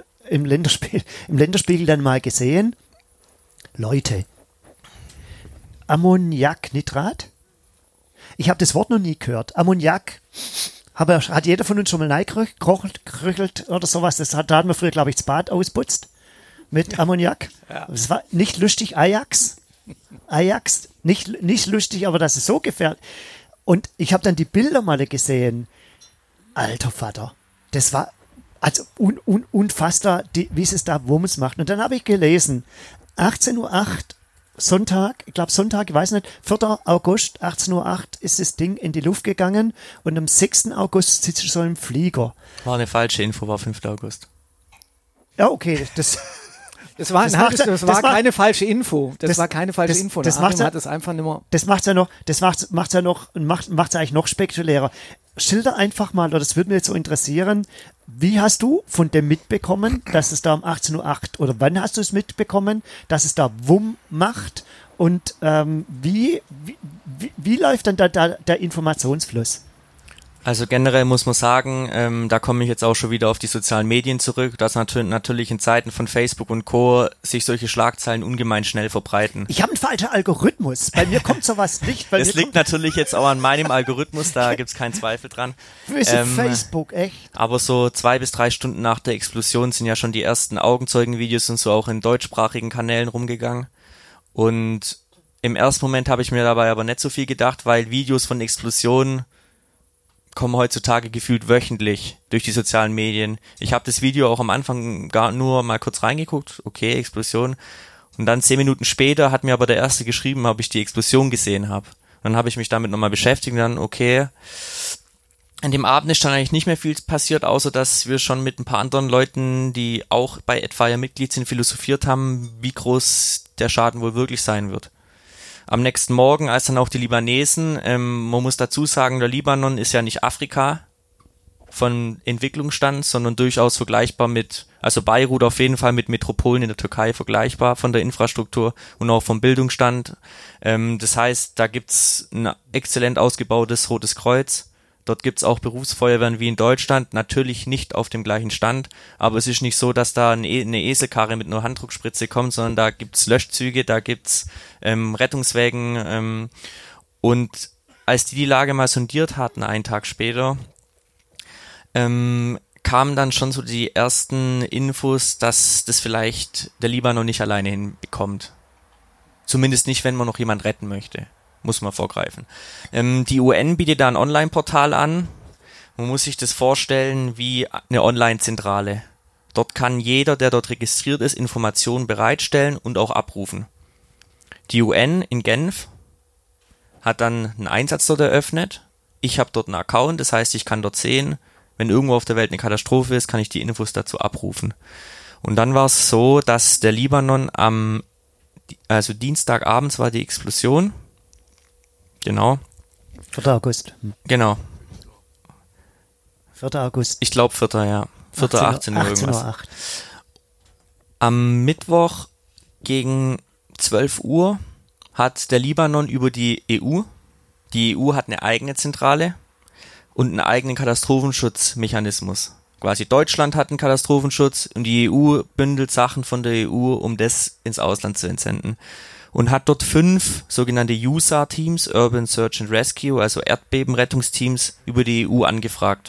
dann mal gesehen. Leute, Ammoniaknitrat? Ich habe das Wort noch nie gehört. Ammoniak. Hat jeder von uns schon mal reingekröchelt oder sowas? Da hat man früher, glaube ich, das Bad ausputzt. mit Ammoniak. Ja. Es war nicht lustig, Ajax, nicht lustig, aber das ist so gefährlich. Und ich habe dann die Bilder mal gesehen. Alter Vater, das war also unfassbar, wie es da Wumms macht. Und dann habe ich gelesen, 18:08 Uhr, Sonntag, ich glaube Sonntag, ich weiß nicht, 4. August, 18:08 Uhr ist das Ding in die Luft gegangen und am 6. August sitzt du so im Flieger. War eine falsche Info, war 5. August. Ja, okay, Das war keine falsche Info. Das war keine falsche Info. Das macht hat es einfach nicht mehr. Das macht's eigentlich noch spektakulärer. Schilder einfach mal, oder das würde mich jetzt so interessieren, wie hast du von dem mitbekommen, dass es da um 18:08 Uhr oder wann hast du es mitbekommen, dass es da Wumm macht und wie läuft dann da der Informationsfluss? Also generell muss man sagen, da komme ich jetzt auch schon wieder auf die sozialen Medien zurück, dass natürlich in Zeiten von Facebook und Co. sich solche Schlagzeilen ungemein schnell verbreiten. Ich habe einen falschen Algorithmus. Bei mir kommt sowas nicht. Das liegt natürlich jetzt auch an meinem Algorithmus, da gibt's keinen Zweifel dran. Facebook, echt? Aber so 2 bis 3 Stunden nach der Explosion sind ja schon die ersten Augenzeugenvideos und so auch in deutschsprachigen Kanälen rumgegangen. Und im ersten Moment habe ich mir dabei aber nicht so viel gedacht, weil Videos von Explosionen kommen heutzutage gefühlt wöchentlich durch die sozialen Medien. Ich habe das Video auch am Anfang gar nur mal kurz reingeguckt, okay, Explosion. Und dann 10 Minuten später hat mir aber der Erste geschrieben, ob ich die Explosion gesehen habe. Dann habe ich mich damit nochmal beschäftigt und dann, okay, an dem Abend ist dann eigentlich nicht mehr viel passiert, außer dass wir schon mit ein paar anderen Leuten, die auch bei Adfire Mitglied sind, philosophiert haben, wie groß der Schaden wohl wirklich sein wird. Am nächsten Morgen, als dann auch die Libanesen, man muss dazu sagen, der Libanon ist ja nicht Afrika von Entwicklungsstand, sondern durchaus vergleichbar also Beirut auf jeden Fall mit Metropolen in der Türkei vergleichbar von der Infrastruktur und auch vom Bildungsstand. Das heißt, da gibt's ein exzellent ausgebautes Rotes Kreuz. Dort gibt's auch Berufsfeuerwehren wie in Deutschland, natürlich nicht auf dem gleichen Stand, aber es ist nicht so, dass da eine Eselkarre mit einer Handdruckspritze kommt, sondern da gibt's Löschzüge, da gibt's Rettungswägen und als die Lage mal sondiert hatten, einen Tag später, kamen dann schon so die ersten Infos, dass das vielleicht der Libanon nicht alleine hinbekommt. Zumindest nicht, wenn man noch jemand retten möchte. Muss man vorgreifen. Die UN bietet da ein Online-Portal an. Man muss sich das vorstellen wie eine Online-Zentrale. Dort kann jeder, der dort registriert ist, Informationen bereitstellen und auch abrufen. Die UN in Genf hat dann einen Einsatz dort eröffnet. Ich habe dort einen Account, das heißt, ich kann dort sehen, wenn irgendwo auf der Welt eine Katastrophe ist, kann ich die Infos dazu abrufen. Und dann war es so, dass der Libanon also Dienstagabends war die Explosion. Genau. 4. August. Genau. 4. August. Ich glaube 4. Ja. 4. 18 Uhr irgendwas. 18:08 Uhr. Am Mittwoch gegen 12 Uhr hat der Libanon über die EU hat eine eigene Zentrale und einen eigenen Katastrophenschutzmechanismus. Quasi Deutschland hat einen Katastrophenschutz und die EU bündelt Sachen von der EU, um das ins Ausland zu entsenden. Und hat dort 5 sogenannte USAR-Teams, Urban Search and Rescue, also Erdbebenrettungsteams, über die EU angefragt.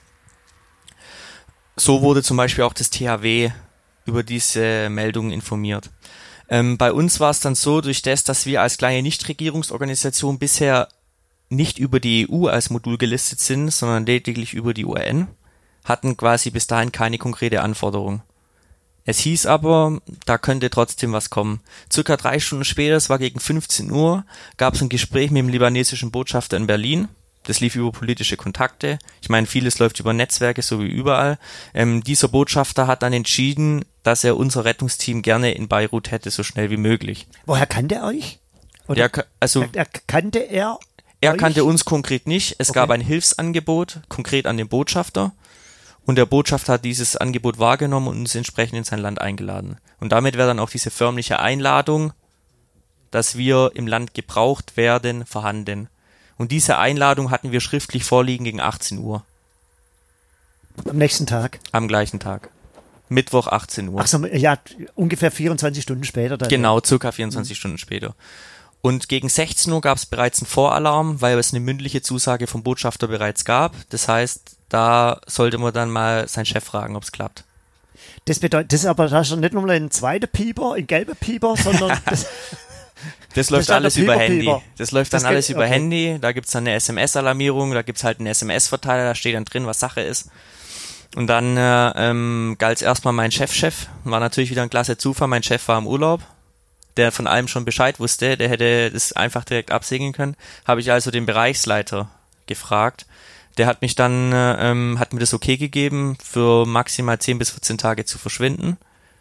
So wurde zum Beispiel auch das THW über diese Meldungen informiert. Bei uns war es dann so, durch das, dass wir als kleine Nichtregierungsorganisation bisher nicht über die EU als Modul gelistet sind, sondern lediglich über die UN, hatten quasi bis dahin keine konkrete Anforderung. Es hieß aber, da könnte trotzdem was kommen. Circa 3 Stunden später, es war gegen 15 Uhr, gab es ein Gespräch mit dem libanesischen Botschafter in Berlin. Das lief über politische Kontakte. Ich meine, vieles läuft über Netzwerke, so wie überall. Dieser Botschafter hat dann entschieden, dass er unser Rettungsteam gerne in Beirut hätte, so schnell wie möglich. Woher kannte er euch? Oder kannte er Er euch? kannte uns konkret nicht. Es gab ein Hilfsangebot, konkret an den Botschafter. Und der Botschafter hat dieses Angebot wahrgenommen und uns entsprechend in sein Land eingeladen. Und damit wäre dann auch diese förmliche Einladung, dass wir im Land gebraucht werden, vorhanden. Und diese Einladung hatten wir schriftlich vorliegen gegen 18 Uhr. Am nächsten Tag? Am gleichen Tag. Mittwoch 18 Uhr. Ach so, ja, ungefähr 24 Stunden später. Dann. Genau, circa 24 Stunden später. Und gegen 16 Uhr gab es bereits einen Voralarm, weil es eine mündliche Zusage vom Botschafter bereits gab. Das heißt, da sollte man dann mal seinen Chef fragen, ob es klappt. Das bedeutet, das ist aber da schon nicht nur ein zweiter Pieper, ein gelber Pieper, sondern das läuft alles über Handy. Das läuft dann alles über okay. Handy. Da gibt's dann eine SMS-Alarmierung, da gibt's halt einen SMS-Verteiler, da steht dann drin, was Sache ist. Und dann galt erstmal mein Chefchef. War natürlich wieder ein klasse Zufall. Mein Chef war im Urlaub, der von allem schon Bescheid wusste. Der hätte das einfach direkt absegnen können. Habe ich also den Bereichsleiter gefragt. Der hat mich dann, hat mir das okay gegeben, für maximal 10 bis 14 Tage zu verschwinden.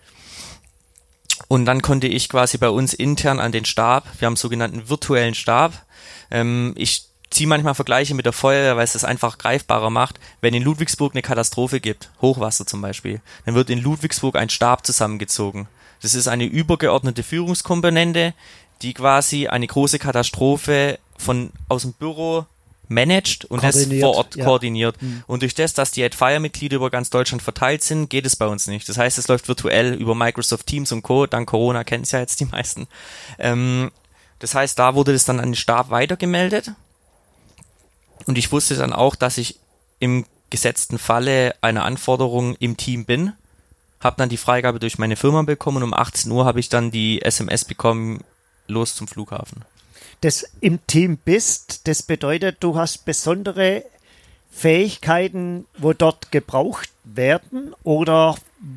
Und dann konnte ich quasi bei uns intern an den Stab, wir haben einen sogenannten virtuellen Stab. Ich ziehe manchmal Vergleiche mit der Feuerwehr, weil es das einfach greifbarer macht. Wenn in Ludwigsburg eine Katastrophe gibt, Hochwasser zum Beispiel, dann wird in Ludwigsburg ein Stab zusammengezogen. Das ist eine übergeordnete Führungskomponente, die quasi eine große Katastrophe aus dem Büro managt und das vor Ort koordiniert. Und durch das, dass die AdFire-Mitglieder über ganz Deutschland verteilt sind, geht es bei uns nicht. Das heißt, es läuft virtuell über Microsoft Teams und Co. Dank Corona kennen es ja jetzt die meisten. Das heißt, da wurde das dann an den Stab weitergemeldet. Und ich wusste dann auch, dass ich im gesetzten Falle einer Anforderung im Team bin. Habe dann die Freigabe durch meine Firma bekommen und um 18 Uhr habe ich dann die SMS bekommen, los zum Flughafen. Das im Team bist, das bedeutet, du hast besondere Fähigkeiten, wo dort gebraucht werden, oder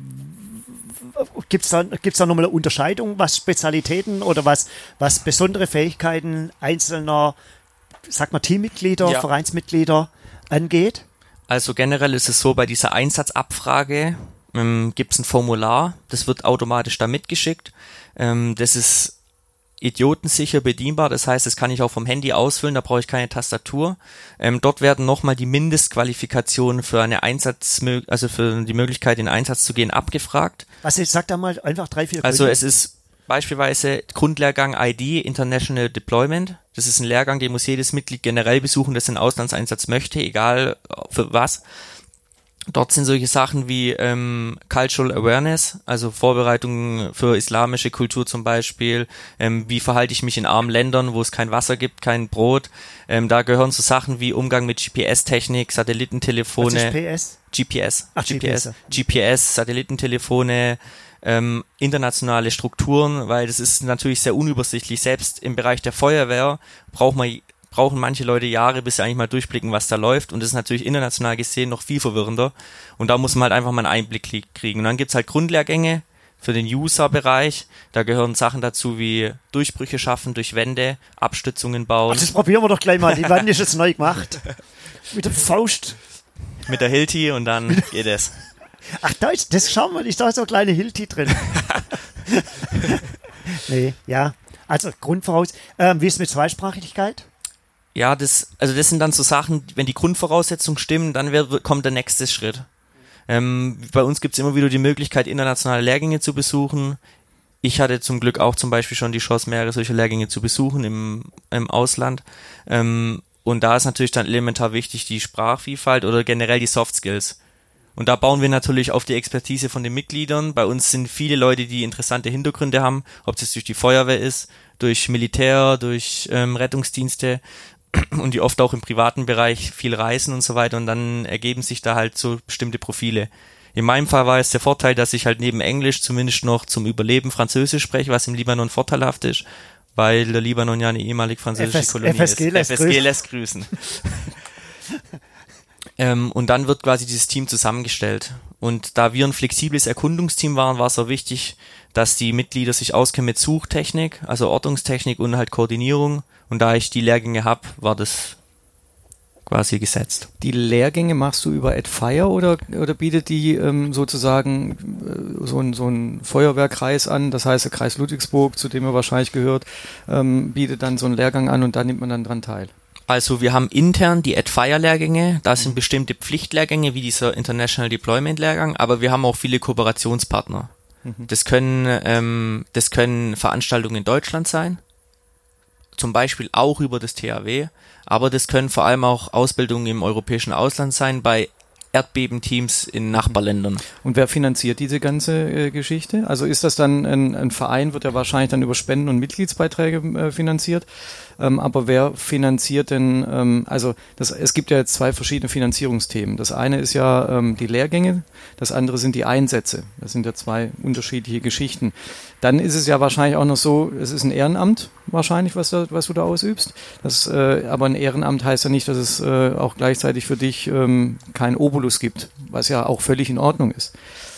gibt's da nochmal eine Unterscheidung, was Spezialitäten oder was besondere Fähigkeiten einzelner, sag mal, Teammitglieder, Vereinsmitglieder angeht? Also generell ist es so, bei dieser Einsatzabfrage gibt es ein Formular, das wird automatisch da mitgeschickt. Das ist idiotensicher bedienbar, das heißt, das kann ich auch vom Handy ausfüllen, da brauche ich keine Tastatur. Dort werden nochmal die Mindestqualifikationen für eine also für die Möglichkeit, in Einsatz zu gehen, abgefragt. Was ich sag da mal einfach 3, 4 Also es ist beispielsweise Grundlehrgang ID, International Deployment. Das ist ein Lehrgang, den muss jedes Mitglied generell besuchen, das einen Auslandseinsatz möchte, egal für was. Dort sind solche Sachen wie Cultural Awareness, also Vorbereitungen für islamische Kultur zum Beispiel, wie verhalte ich mich in armen Ländern, wo es kein Wasser gibt, kein Brot. Da gehören so Sachen wie Umgang mit GPS-Technik, Satellitentelefone. Was ist GPS? Ach, GPS. GPS, Satellitentelefone, internationale Strukturen, weil das ist natürlich sehr unübersichtlich. Selbst im Bereich der Feuerwehr brauchen manche Leute Jahre, bis sie eigentlich mal durchblicken, was da läuft. Und das ist natürlich international gesehen noch viel verwirrender. Und da muss man halt einfach mal einen Einblick kriegen. Und dann gibt's halt Grundlehrgänge für den User-Bereich. Da gehören Sachen dazu wie Durchbrüche schaffen durch Wände, Abstützungen bauen. Ach, das probieren wir doch gleich mal. Die Wand ist jetzt neu gemacht. Mit der Faust. Mit der Hilti und dann geht es. Ach, das schauen wir nicht. Da ist so eine kleine Hilti drin. Nee, ja. Also Grundvoraus. Wie ist es mit Zweisprachigkeit? Ja, das sind dann so Sachen, wenn die Grundvoraussetzungen stimmen, dann kommt der nächste Schritt. Bei uns gibt's immer wieder die Möglichkeit, internationale Lehrgänge zu besuchen. Ich hatte zum Glück auch zum Beispiel schon die Chance, mehrere solche Lehrgänge zu besuchen im Ausland. Und da ist natürlich dann elementar wichtig die Sprachvielfalt oder generell die Soft Skills. Und da bauen wir natürlich auf die Expertise von den Mitgliedern. Bei uns sind viele Leute, die interessante Hintergründe haben, ob das durch die Feuerwehr ist, durch Militär, durch Rettungsdienste und die oft auch im privaten Bereich viel reisen und so weiter. Und dann ergeben sich da halt so bestimmte Profile. In meinem Fall war es der Vorteil, dass ich halt neben Englisch zumindest noch zum Überleben Französisch spreche, was im Libanon vorteilhaft ist, weil der Libanon ja eine ehemalig französische Kolonie FSG ist. FSG lässt grüßen. Und dann wird quasi dieses Team zusammengestellt. Und da wir ein flexibles Erkundungsteam waren, war es auch wichtig, dass die Mitglieder sich auskennen mit Suchtechnik, also Ortungstechnik und halt Koordinierung. Und da ich die Lehrgänge habe, war das quasi gesetzt. Die Lehrgänge machst du über AdFire oder bietet die sozusagen so ein Feuerwehrkreis an, das heißt der Kreis Ludwigsburg, zu dem er wahrscheinlich gehört, bietet dann so einen Lehrgang an und da nimmt man dann dran teil? Also wir haben intern die AdFire-Lehrgänge, da sind bestimmte Pflichtlehrgänge wie dieser International Deployment-Lehrgang, aber wir haben auch viele Kooperationspartner. Das können Veranstaltungen in Deutschland sein, zum Beispiel auch über das THW, aber das können vor allem auch Ausbildungen im europäischen Ausland sein, bei Erdbebenteams in Nachbarländern. Und wer finanziert diese ganze Geschichte? Also ist das dann ein Verein, wird ja wahrscheinlich dann über Spenden und Mitgliedsbeiträge finanziert. Aber wer finanziert denn, es gibt ja jetzt zwei verschiedene Finanzierungsthemen. Das eine ist ja die Lehrgänge, das andere sind die Einsätze. Das sind ja zwei unterschiedliche Geschichten. Dann ist es ja wahrscheinlich auch noch so, es ist ein Ehrenamt wahrscheinlich, was du da ausübst. Aber ein Ehrenamt heißt ja nicht, dass es auch gleichzeitig für dich kein Obolus gibt, was ja auch völlig in Ordnung ist.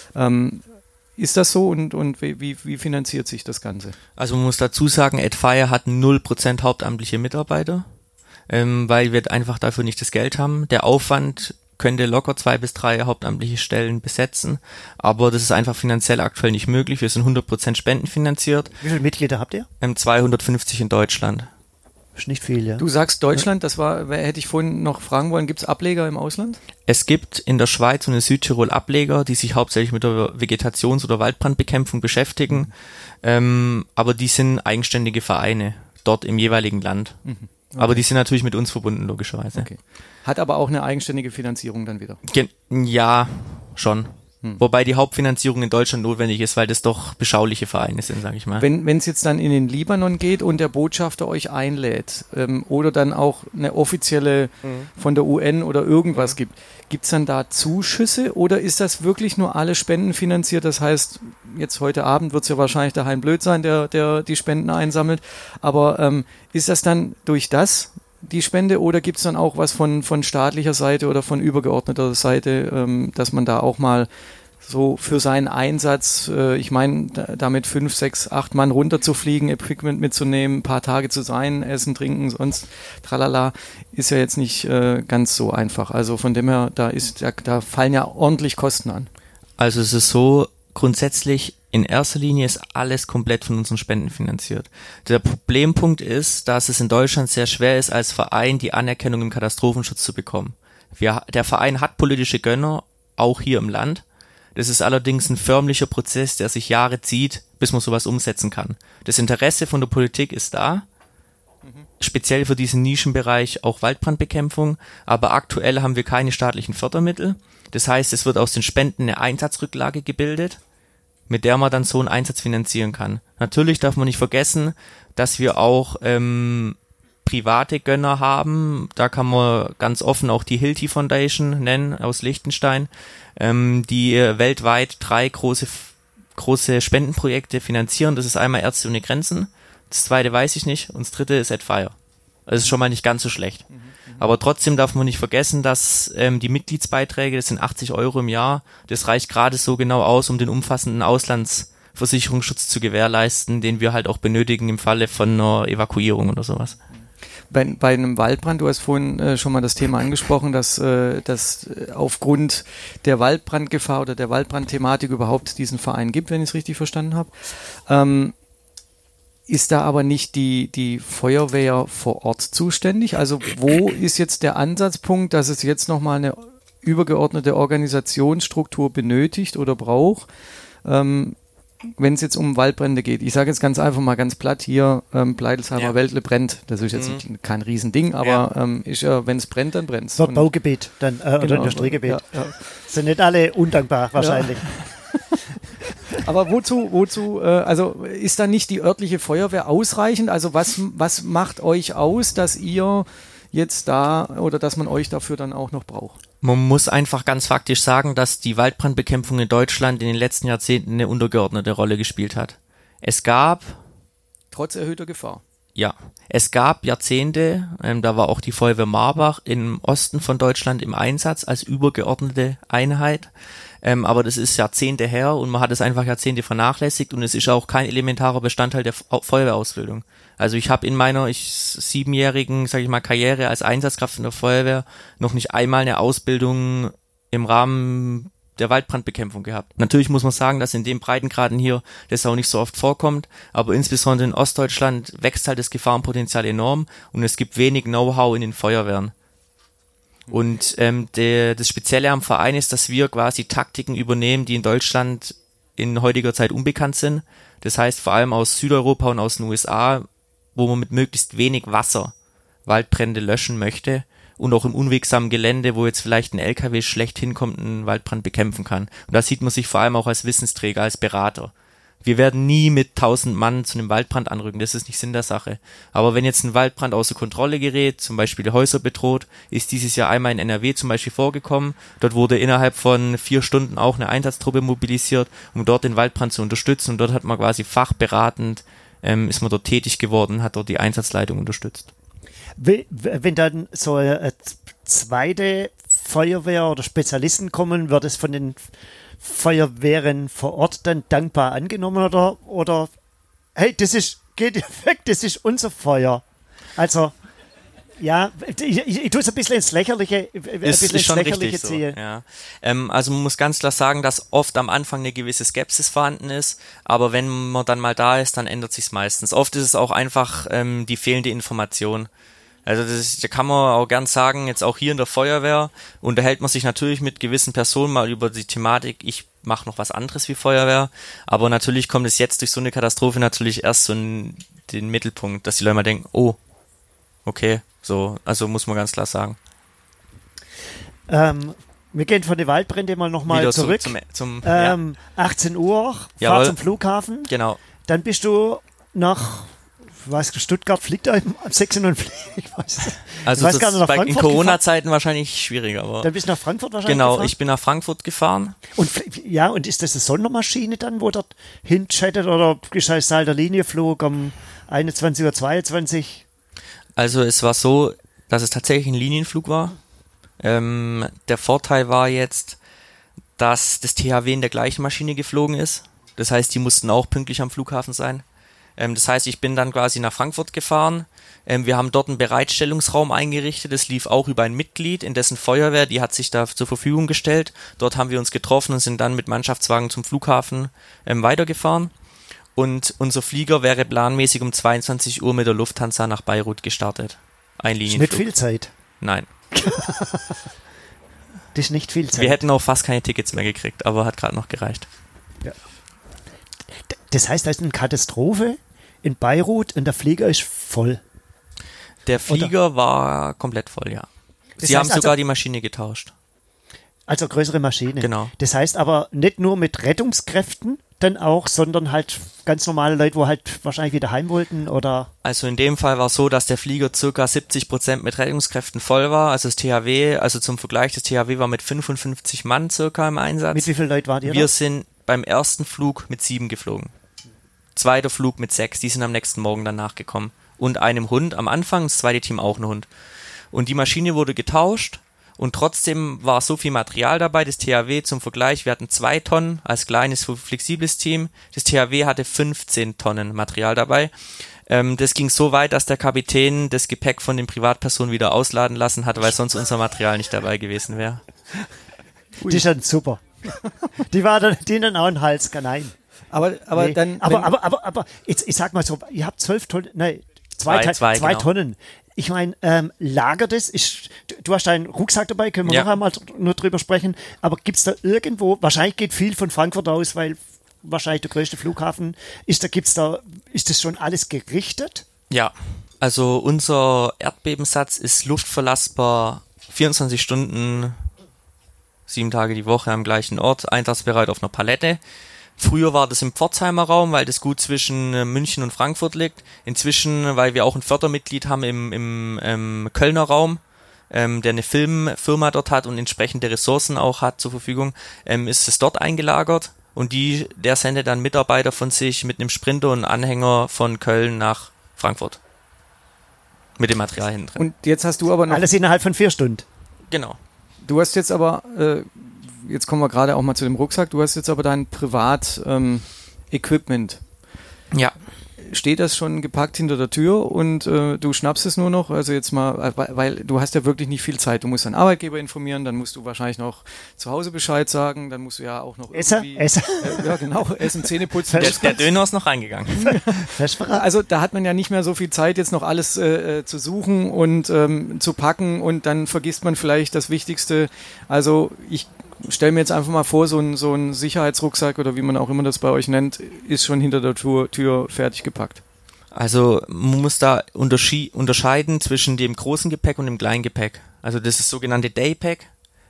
Ist das so und wie finanziert sich das Ganze? Also man muss dazu sagen, AdFire hat 0% hauptamtliche Mitarbeiter, weil wir einfach dafür nicht das Geld haben. Der Aufwand könnte locker 2 bis 3 hauptamtliche Stellen besetzen, aber das ist einfach finanziell aktuell nicht möglich. Wir sind 100% spendenfinanziert. Wie viele Mitglieder habt ihr? 250 in Deutschland. Ist nicht viel, ja. Du sagst Deutschland, hätte ich vorhin noch fragen wollen, gibt es Ableger im Ausland? Es gibt in der Schweiz und in Südtirol Ableger, die sich hauptsächlich mit der Vegetations- oder Waldbrandbekämpfung beschäftigen, aber die sind eigenständige Vereine dort im jeweiligen Land. Okay. Aber die sind natürlich mit uns verbunden, logischerweise. Okay. Hat aber auch eine eigenständige Finanzierung dann wieder? Ja, schon. Wobei die Hauptfinanzierung in Deutschland notwendig ist, weil das doch beschauliche Vereine sind, sage ich mal. Wenn es jetzt dann in den Libanon geht und der Botschafter euch einlädt oder dann auch eine offizielle von der UN oder irgendwas gibt es dann da Zuschüsse oder ist das wirklich nur alle Spenden finanziert? Das heißt, jetzt heute Abend wird es ja wahrscheinlich der Hein Blöd sein, der die Spenden einsammelt, aber ist das dann durch das die Spende oder gibt es dann auch was von staatlicher Seite oder von übergeordneter Seite, dass man da auch mal so für seinen Einsatz, ich meine, damit 5, 6, 8 Mann runterzufliegen, Equipment mitzunehmen, ein paar Tage zu sein, essen, trinken, sonst tralala, ist ja jetzt nicht ganz so einfach. Also von dem her, da fallen ja ordentlich Kosten an. Also es ist so, grundsätzlich in erster Linie ist alles komplett von unseren Spenden finanziert. Der Problempunkt ist, dass es in Deutschland sehr schwer ist, als Verein die Anerkennung im Katastrophenschutz zu bekommen. Der Verein hat politische Gönner, auch hier im Land. Das ist allerdings ein förmlicher Prozess, der sich Jahre zieht, bis man sowas umsetzen kann. Das Interesse von der Politik ist da, speziell für diesen Nischenbereich auch Waldbrandbekämpfung, aber aktuell haben wir keine staatlichen Fördermittel. Das heißt, es wird aus den Spenden eine Einsatzrücklage gebildet, mit der man dann so einen Einsatz finanzieren kann. Natürlich darf man nicht vergessen, dass wir auch private Gönner haben. Da kann man ganz offen auch die Hilti Foundation nennen aus Liechtenstein, die weltweit 3 große Spendenprojekte finanzieren. Das ist einmal Ärzte ohne Grenzen, das zweite weiß ich nicht und das dritte ist AdFire. Das ist schon mal nicht ganz so schlecht. Aber trotzdem darf man nicht vergessen, dass die Mitgliedsbeiträge, das sind 80 € im Jahr, das reicht gerade so genau aus, um den umfassenden Auslandsversicherungsschutz zu gewährleisten, den wir halt auch benötigen im Falle von einer Evakuierung oder sowas. Bei einem Waldbrand, du hast vorhin schon mal das Thema angesprochen, dass aufgrund der Waldbrandgefahr oder der Waldbrandthematik überhaupt diesen Verein gibt, wenn ich es richtig verstanden habe. Ist da aber nicht die Feuerwehr vor Ort zuständig? Also wo ist jetzt der Ansatzpunkt, dass es jetzt nochmal eine übergeordnete Organisationsstruktur benötigt oder braucht, wenn es jetzt um Waldbrände geht? Ich sage jetzt ganz einfach mal ganz platt hier, Bleidelsheimer Wäldle brennt. Das ist jetzt kein Riesending, aber wenn es brennt, dann brennt es. So Baugebiet dann, oder Industriegebiet. Ja. Sind nicht alle undankbar wahrscheinlich. Ja. Aber wozu, also ist da nicht die örtliche Feuerwehr ausreichend? Also was macht euch aus, dass ihr jetzt da oder dass man euch dafür dann auch noch braucht? Man muss einfach ganz faktisch sagen, dass die Waldbrandbekämpfung in Deutschland in den letzten Jahrzehnten eine untergeordnete Rolle gespielt hat. Es gab... Trotz erhöhter Gefahr. Ja, es gab Jahrzehnte, da war auch die Feuerwehr Marbach im Osten von Deutschland im Einsatz als übergeordnete Einheit. Aber das ist Jahrzehnte her und man hat es einfach Jahrzehnte vernachlässigt und es ist auch kein elementarer Bestandteil der Feuerwehrausbildung. Also ich habe in meiner 7-jährigen, sage ich mal, Karriere als Einsatzkraft in der Feuerwehr noch nicht einmal eine Ausbildung im Rahmen der Waldbrandbekämpfung gehabt. Natürlich muss man sagen, dass in den Breitengraden hier das auch nicht so oft vorkommt, aber insbesondere in Ostdeutschland wächst halt das Gefahrenpotenzial enorm und es gibt wenig Know-how in den Feuerwehren. Und das Spezielle am Verein ist, dass wir quasi Taktiken übernehmen, die in Deutschland in heutiger Zeit unbekannt sind. Das heißt vor allem aus Südeuropa und aus den USA, wo man mit möglichst wenig Wasser Waldbrände löschen möchte und auch im unwegsamen Gelände, wo jetzt vielleicht ein LKW schlecht hinkommt, einen Waldbrand bekämpfen kann. Und da sieht man sich vor allem auch als Wissensträger, als Berater. wir werden nie mit 1000 Mann zu einem Waldbrand anrücken, das ist nicht Sinn der Sache. Aber wenn jetzt ein Waldbrand außer Kontrolle gerät, zum Beispiel Häuser bedroht, ist dieses Jahr einmal in NRW zum Beispiel vorgekommen. Dort wurde innerhalb von 4 Stunden auch eine Einsatztruppe mobilisiert, um dort den Waldbrand zu unterstützen. Und dort hat man quasi fachberatend, ist man dort tätig geworden, hat dort die Einsatzleitung unterstützt. Wenn dann so eine zweite Feuerwehr oder Spezialisten kommen, wird es von den Feuerwehren vor Ort dann dankbar angenommen oder hey, geht weg, das ist unser Feuer. Also, ja, ich tue es ein bisschen ins Lächerliche, ist schon richtig so, ja. Also man muss ganz klar sagen, dass oft am Anfang eine gewisse Skepsis vorhanden ist, aber wenn man dann mal da ist, dann ändert sich's meistens. Oft ist es auch einfach die fehlende Information. Also da kann man auch gern sagen, jetzt auch hier in der Feuerwehr unterhält man sich natürlich mit gewissen Personen mal über die Thematik, ich mache noch was anderes wie Feuerwehr, aber natürlich kommt es jetzt durch so eine Katastrophe natürlich erst so in den Mittelpunkt, dass die Leute mal denken, oh, okay, so, also muss man ganz klar sagen. Wir gehen von den Waldbränden mal nochmal zurück. Zum 18 Uhr, Jawohl. Fahrt zum Flughafen. Genau. Dann bist du nach... Stuttgart fliegt da am 6. und fliegt. Ich weiß gar nicht, nach Frankfurt in Corona-Zeiten wahrscheinlich schwieriger, aber. Dann bist du nach Frankfurt wahrscheinlich gefahren? Genau, ich bin nach Frankfurt gefahren. Und ist das eine Sondermaschine dann, wo dort hinchattet oder ist das halt der Linienflug um 21:22 Uhr? Also es war so, dass es tatsächlich ein Linienflug war. Der Vorteil war jetzt, dass das THW in der gleichen Maschine geflogen ist. Das heißt, die mussten auch pünktlich am Flughafen sein. Das heißt, ich bin dann quasi nach Frankfurt gefahren. Wir haben dort einen Bereitstellungsraum eingerichtet. Das lief auch über ein Mitglied, in dessen Feuerwehr, die hat sich da zur Verfügung gestellt. Dort haben wir uns getroffen und sind dann mit Mannschaftswagen zum Flughafen weitergefahren. Und unser Flieger wäre planmäßig um 22 Uhr mit der Lufthansa nach Beirut gestartet. Ein Linienflug. Ist nicht viel Zeit. Nein. Das ist nicht viel Zeit. Wir hätten auch fast keine Tickets mehr gekriegt, aber hat gerade noch gereicht. Ja. Das heißt, da ist eine Katastrophe in Beirut und der Flieger ist voll. Der Flieger war komplett voll, ja. Sie haben sogar die Maschine getauscht. Also größere Maschine. Genau. Das heißt aber nicht nur mit Rettungskräften dann auch, sondern halt ganz normale Leute, wo halt wahrscheinlich wieder heim wollten oder... Also in dem Fall war es so, dass der Flieger ca. 70% mit Rettungskräften voll war. Also das THW, also zum Vergleich, das THW war mit 55 Mann circa im Einsatz. Mit wie vielen Leuten wart ihr da? Wir sind beim ersten Flug mit 7 geflogen. Zweiter Flug mit 6, die sind am nächsten Morgen dann nachgekommen. Und einem Hund am Anfang, das zweite Team auch ein Hund. Und die Maschine wurde getauscht und trotzdem war so viel Material dabei. Das THW zum Vergleich, wir hatten 2 Tonnen als kleines, flexibles Team. Das THW hatte 15 Tonnen Material dabei. Das ging so weit, dass der Kapitän das Gepäck von den Privatpersonen wieder ausladen lassen hat, weil sonst unser Material nicht dabei gewesen wäre. Die ist dann super. Die war dann, denen auch ein Hals, nein. Aber nee. dann. Aber jetzt, ich sag mal so, ihr habt 12 Tonnen, nein, zwei genau. Tonnen. Ich meine, lagert es? Du hast deinen Rucksack dabei, können wir noch einmal nur drüber sprechen. Aber gibt es da irgendwo, wahrscheinlich geht viel von Frankfurt aus, weil wahrscheinlich der größte Flughafen ist, ist das schon alles gerichtet? Ja, also unser Erdbebensatz ist luftverlassbar 24 Stunden, 7 Tage die Woche am gleichen Ort, einsatzbereit auf einer Palette. Früher war das im Pforzheimer Raum, weil das gut zwischen München und Frankfurt liegt. Inzwischen, weil wir auch ein Fördermitglied haben im Kölner Raum, der eine Filmfirma dort hat und entsprechende Ressourcen auch hat zur Verfügung, ist es dort eingelagert. Und der sendet dann Mitarbeiter von sich mit einem Sprinter und Anhänger von Köln nach Frankfurt. Mit dem Material hinten drin. Und jetzt hast du aber noch... Alles innerhalb von 4 Stunden. Genau. Du hast jetzt aber... jetzt kommen wir gerade auch mal zu dem Rucksack. Du hast jetzt aber dein Privat-Equipment. Ja. Steht das schon gepackt hinter der Tür und du schnappst es nur noch? Also jetzt mal, weil du hast ja wirklich nicht viel Zeit. Du musst deinen Arbeitgeber informieren, dann musst du wahrscheinlich noch zu Hause Bescheid sagen, dann musst du ja auch noch Essen. Ja, genau, Essen, Zähne putzen. Der Döner ist noch reingegangen. Also da hat man ja nicht mehr so viel Zeit, jetzt noch alles zu suchen und zu packen und dann vergisst man vielleicht das Wichtigste. Also ich stell mir jetzt einfach mal vor, so ein Sicherheitsrucksack oder wie man auch immer das bei euch nennt, ist schon hinter der Tür fertig gepackt. Also man muss da unterscheiden zwischen dem großen Gepäck und dem kleinen Gepäck. Also das ist sogenannte Daypack.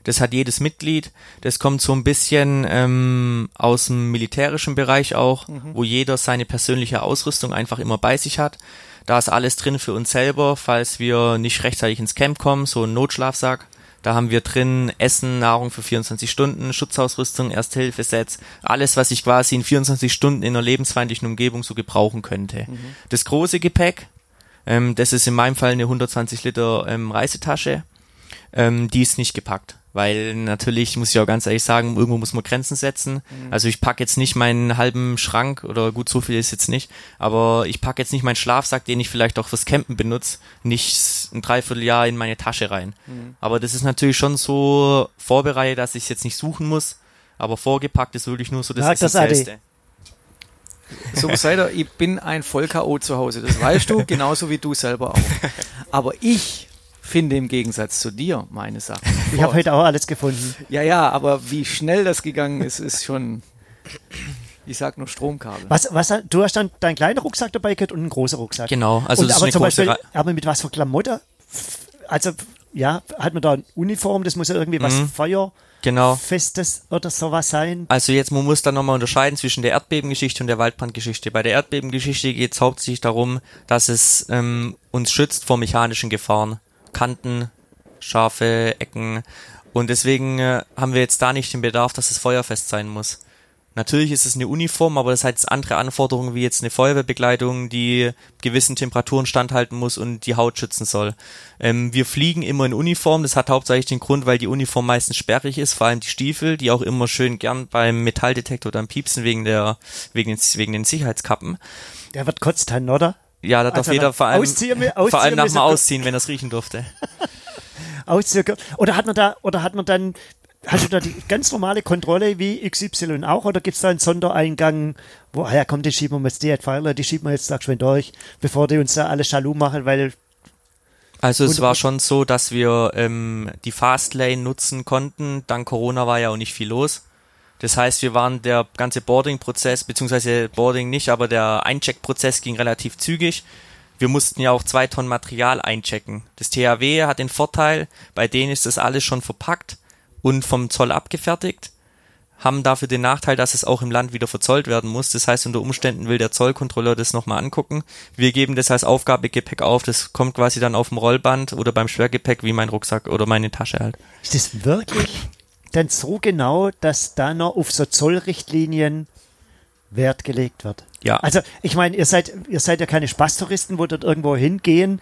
Das hat jedes Mitglied. Das kommt so ein bisschen aus dem militärischen Bereich auch, wo jeder seine persönliche Ausrüstung einfach immer bei sich hat. Da ist alles drin für uns selber, falls wir nicht rechtzeitig ins Camp kommen, so ein Notschlafsack. Da haben wir drin Essen, Nahrung für 24 Stunden, Schutzausrüstung, Erste-Hilfe-Sets, alles, was ich quasi in 24 Stunden in einer lebensfeindlichen Umgebung so gebrauchen könnte. Das große Gepäck, das ist in meinem Fall eine 120 Liter Reisetasche, die ist nicht gepackt. Weil natürlich, muss ich auch ganz ehrlich sagen, irgendwo muss man Grenzen setzen. Also ich packe jetzt nicht meinen halben Schrank, oder gut, so viel ist jetzt nicht, aber ich packe jetzt nicht meinen Schlafsack, den ich vielleicht auch fürs Campen benutze, nicht ein Dreivierteljahr in meine Tasche rein. Aber das ist natürlich schon so vorbereitet, dass ich es jetzt nicht suchen muss, aber vorgepackt ist wirklich nur so das Essentiellste. So seid ihr, ich bin ein Voll-K.O. zu Hause, das weißt du, genauso wie du selber auch. Aber ich finde im Gegensatz zu dir meine Sachen. Ich habe heute auch alles gefunden. Ja, aber wie schnell das gegangen ist, ist schon, ich sag nur Stromkabel. Du hast dann deinen kleinen Rucksack dabei gehabt und einen großen Rucksack. Genau, also und das aber ist eine zum Beispiel, aber mit was für Klamotten? Also, ja, hat man da eine Uniform, das muss ja irgendwie was Feuerfestes oder sowas sein. Also jetzt, man muss da nochmal unterscheiden zwischen der Erdbebengeschichte und der Waldbrandgeschichte. Bei der Erdbebengeschichte geht es hauptsächlich darum, dass es uns schützt vor mechanischen Gefahren. Kanten, scharfe Ecken, und deswegen haben wir jetzt da nicht den Bedarf, dass es feuerfest sein muss. Natürlich ist es eine Uniform, aber das hat jetzt andere Anforderungen wie jetzt eine Feuerwehrbekleidung, die gewissen Temperaturen standhalten muss und die Haut schützen soll. Wir fliegen immer in Uniform, das hat hauptsächlich den Grund, weil die Uniform meistens sperrig ist, vor allem die Stiefel, die auch immer schön gern beim Metalldetektor dann piepsen wegen den Sicherheitskappen. Der wird kurz dann, oder? Ja, da darf jeder vor allem nach dem Ausziehen, wenn er es riechen durfte. Ausziehen. Oder hat man dann, hast du da die ganz normale Kontrolle wie XY auch, oder gibt es da einen Sondereingang, wo, komm, die schieben wir jetzt die schieben wir jetzt da schön durch, bevor die uns da alle Schalu machen, weil... Also es war schon so, dass wir die Fastlane nutzen konnten. Dank Corona war ja auch nicht viel los. Das heißt, wir waren der ganze Boarding-Prozess, beziehungsweise Boarding nicht, aber der Eincheck-Prozess ging relativ zügig. Wir mussten ja auch 2 Tonnen Material einchecken. Das THW hat den Vorteil, bei denen ist das alles schon verpackt und vom Zoll abgefertigt, haben dafür den Nachteil, dass es auch im Land wieder verzollt werden muss. Das heißt, unter Umständen will der Zollkontrolleur das nochmal angucken. Wir geben das als Aufgabegepäck auf, das kommt quasi dann auf dem Rollband oder beim Schwergepäck wie mein Rucksack oder meine Tasche halt. Ist das wirklich dann so genau, dass da noch auf so Zollrichtlinien Wert gelegt wird? Ja. Also ich meine, ihr seid ja keine Spaßtouristen, wo dort irgendwo hingehen.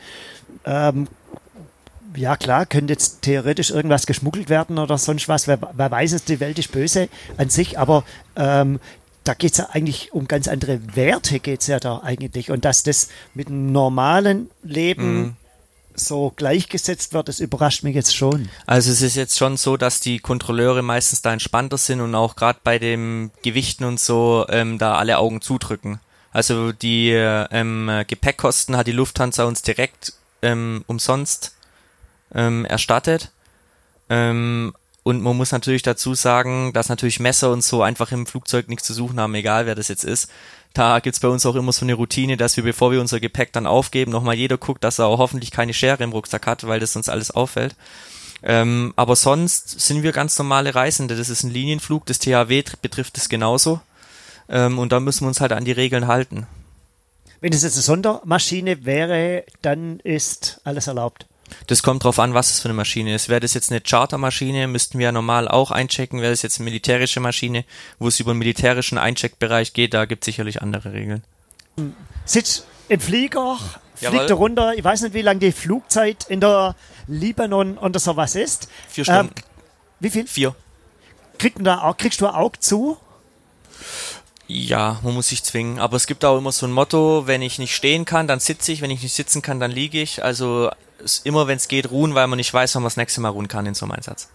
Ja klar, könnte jetzt theoretisch irgendwas geschmuggelt werden oder sonst was. Wer weiß es, die Welt ist böse an sich, aber da geht es ja eigentlich um ganz andere Werte, geht es ja da eigentlich. Und dass das mit einem normalen Leben so gleichgesetzt wird, das überrascht mich jetzt schon. Also es ist jetzt schon so, dass die Kontrolleure meistens da entspannter sind und auch gerade bei den Gewichten und so da alle Augen zudrücken. Also die Gepäckkosten hat die Lufthansa uns direkt umsonst erstattet. Und man muss natürlich dazu sagen, dass natürlich Messer und so einfach im Flugzeug nichts zu suchen haben, egal wer das jetzt ist. Da gibt's bei uns auch immer so eine Routine, dass wir, bevor wir unser Gepäck dann aufgeben, nochmal jeder guckt, dass er auch hoffentlich keine Schere im Rucksack hat, weil das sonst alles auffällt. Aber sonst sind wir ganz normale Reisende. Das ist ein Linienflug, das THW betrifft es genauso. Und da müssen wir uns halt an die Regeln halten. Wenn es jetzt eine Sondermaschine wäre, dann ist alles erlaubt. Das kommt drauf an, was es für eine Maschine ist. Wäre das jetzt eine Chartermaschine, müssten wir ja normal auch einchecken. Wäre das jetzt eine militärische Maschine, wo es über den militärischen Eincheckbereich geht, da gibt es sicherlich andere Regeln. Sitzt im Flieger, fliegt er runter. Ich weiß nicht, wie lange die Flugzeit in der Libanon oder sowas ist. 4 Stunden. Wie viel? 4. Kriegst du ein Auge zu? Ja, man muss sich zwingen. Aber es gibt auch immer so ein Motto, wenn ich nicht stehen kann, dann sitze ich. Wenn ich nicht sitzen kann, dann liege ich. Also immer, wenn es geht, ruhen, weil man nicht weiß, wann man das nächste Mal ruhen kann in so einem Einsatz.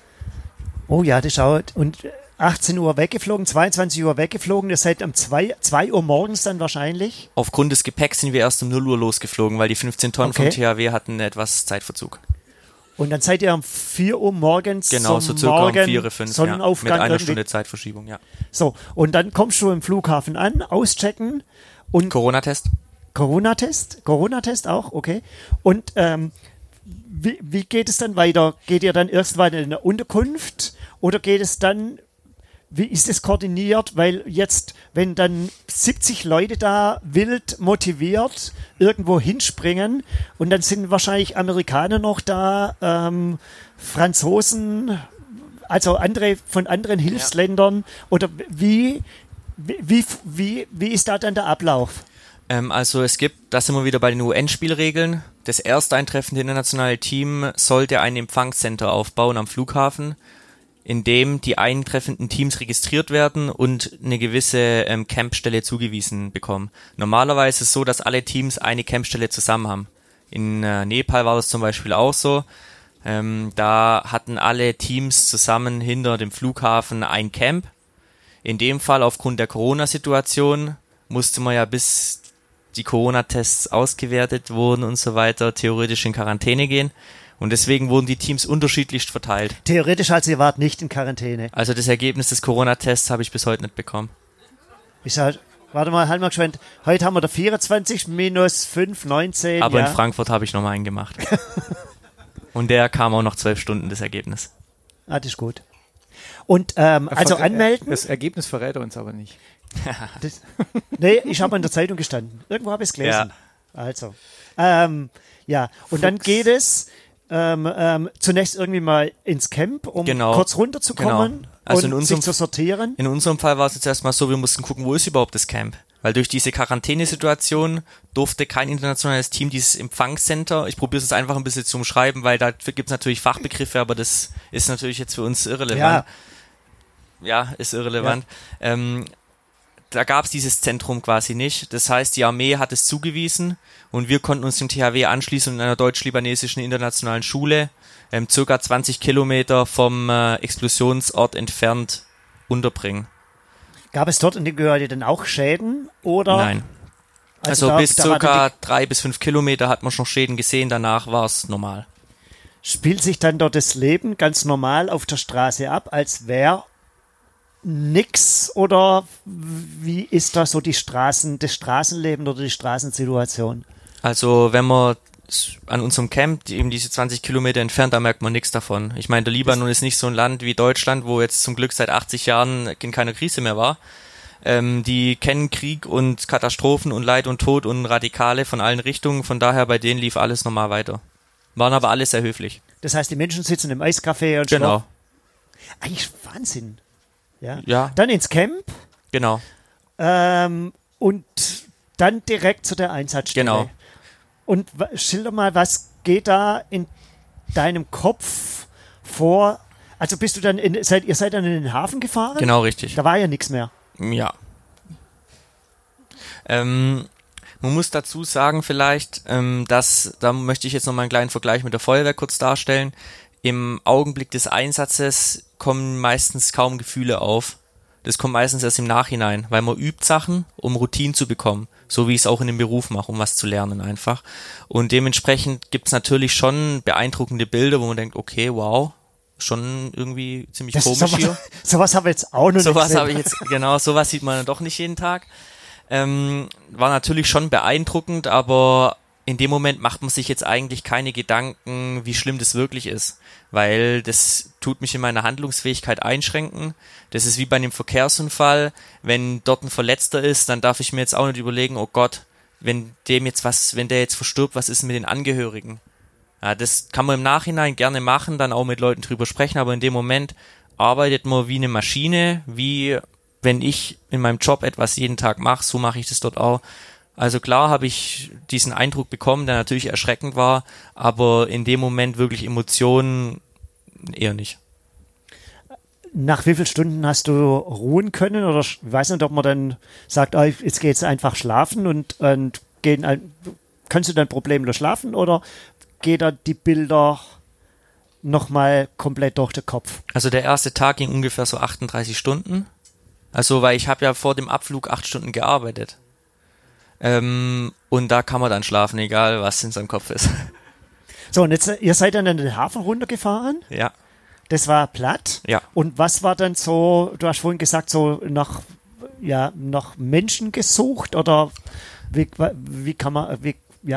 Oh ja, das schaut. Und 18 Uhr weggeflogen, 22 Uhr weggeflogen. Das seid um 2 Uhr morgens dann wahrscheinlich? Aufgrund des Gepäcks sind wir erst um 0 Uhr losgeflogen, weil die 15 Tonnen vom THW hatten etwas Zeitverzug. Und dann seid ihr um 4 Uhr morgens genau, so circa um 4, 5, Sonnenaufgang mit einer Stunde Zeitverschiebung, ja. So, und dann kommst du im Flughafen an, auschecken und... Corona-Test auch, und wie geht es dann weiter? Geht ihr dann erstmal in eine Unterkunft oder geht es dann, wie ist es koordiniert? Weil jetzt, wenn dann 70 Leute da wild motiviert irgendwo hinspringen und dann sind wahrscheinlich Amerikaner noch da, Franzosen, also andere von anderen Hilfsländern, oder wie ist da dann der Ablauf? Also da sind wir wieder bei den UN-Spielregeln. Das ersteintreffende internationale Team sollte ein Empfangscenter aufbauen am Flughafen, in dem die eintreffenden Teams registriert werden und eine gewisse Campstelle zugewiesen bekommen. Normalerweise ist es so, dass alle Teams eine Campstelle zusammen haben. In Nepal war das zum Beispiel auch so. Da hatten alle Teams zusammen hinter dem Flughafen ein Camp. In dem Fall aufgrund der Corona-Situation musste man ja, bis die Corona-Tests ausgewertet wurden und so weiter, theoretisch in Quarantäne gehen. Und deswegen wurden die Teams unterschiedlichst verteilt. Theoretisch, also ihr wart nicht in Quarantäne. Also das Ergebnis des Corona-Tests habe ich bis heute nicht bekommen. Warte mal, halt mal geschwind. Heute haben wir der 24 minus 5, 19. Aber in Frankfurt habe ich nochmal einen gemacht. Und der kam auch noch 12 Stunden, das Ergebnis. Ah, das ist gut. Und also anmelden. Das Ergebnis verrät er uns aber nicht. Nee, ich habe in der Zeitung gestanden. Irgendwo habe ich es gelesen. Ja. Also. Und dann geht es zunächst irgendwie mal ins Camp, um kurz runterzukommen und sich zu sortieren. In unserem Fall war es jetzt erstmal so, wir mussten gucken, wo ist überhaupt das Camp? Weil durch diese Quarantänesituation durfte kein internationales Team dieses Empfangscenter, ich probiere es jetzt einfach ein bisschen zu umschreiben, weil da gibt es natürlich Fachbegriffe, aber das ist natürlich jetzt für uns irrelevant. Ja, ist irrelevant. Ja. Da gab es dieses Zentrum quasi nicht. Das heißt, die Armee hat es zugewiesen und wir konnten uns dem THW anschließen und in einer deutsch-libanesischen internationalen Schule circa 20 Kilometer vom Explosionsort entfernt unterbringen. Gab es dort in dem Gebäude denn auch Schäden? Oder? Nein. Also bis circa 3 bis 5 Kilometer hat man schon Schäden gesehen, danach war es normal. Spielt sich dann dort das Leben ganz normal auf der Straße ab, als wäre nix, oder wie ist da so das Straßenleben oder die Straßensituation? Also wenn man an unserem Camp, eben diese 20 Kilometer entfernt, da merkt man nichts davon. Ich meine, der Libanon ist nicht so ein Land wie Deutschland, wo jetzt zum Glück seit 80 Jahren in keiner Krise mehr war. Die kennen Krieg und Katastrophen und Leid und Tod und Radikale von allen Richtungen, von daher bei denen lief alles normal weiter. Waren aber alle sehr höflich. Das heißt, die Menschen sitzen im Eiscafé und genau. Eigentlich Wahnsinn. Ja. Dann ins Camp. Genau. Und dann direkt zu der Einsatzstelle. Genau. Und schilder mal, was geht da in deinem Kopf vor? Also bist du dann ihr seid dann in den Hafen gefahren? Genau, richtig. Da war ja nichts mehr. Ja. Man muss dazu sagen vielleicht, da möchte ich jetzt nochmal einen kleinen Vergleich mit der Feuerwehr kurz darstellen. Im Augenblick des Einsatzes kommen meistens kaum Gefühle auf. Das kommt meistens erst im Nachhinein, weil man übt Sachen, um Routinen zu bekommen. So wie ich es auch in dem Beruf mache, um was zu lernen einfach. Und dementsprechend gibt es natürlich schon beeindruckende Bilder, wo man denkt, okay, wow, schon irgendwie ziemlich komisch hier. Sowas habe ich jetzt auch noch nicht gesehen. Sowas sieht man dann doch nicht jeden Tag. War natürlich schon beeindruckend, aber in dem Moment macht man sich jetzt eigentlich keine Gedanken, wie schlimm das wirklich ist, weil das tut mich in meiner Handlungsfähigkeit einschränken. Das ist wie bei einem Verkehrsunfall, wenn dort ein Verletzter ist, dann darf ich mir jetzt auch nicht überlegen, oh Gott, wenn der jetzt verstirbt, was ist mit den Angehörigen? Ja, das kann man im Nachhinein gerne machen, dann auch mit Leuten drüber sprechen, aber in dem Moment arbeitet man wie eine Maschine, wie wenn ich in meinem Job etwas jeden Tag mache, so mache ich das dort auch. Also klar habe ich diesen Eindruck bekommen, der natürlich erschreckend war, aber in dem Moment wirklich Emotionen eher nicht. Nach wie vielen Stunden hast du ruhen können? Oder ich weiß nicht, ob man dann sagt, jetzt geht's einfach schlafen und kannst du dann problemlos schlafen oder geht da die Bilder nochmal komplett durch den Kopf? Also der erste Tag ging ungefähr so 38 Stunden. Also weil ich habe ja vor dem Abflug 8 Stunden gearbeitet. Und da kann man dann schlafen, egal was in seinem Kopf ist. So, und jetzt, ihr seid dann in den Hafen runtergefahren? Ja. Das war platt? Ja. Und was war dann so, du hast vorhin gesagt, so nach Menschen gesucht oder wie kann man,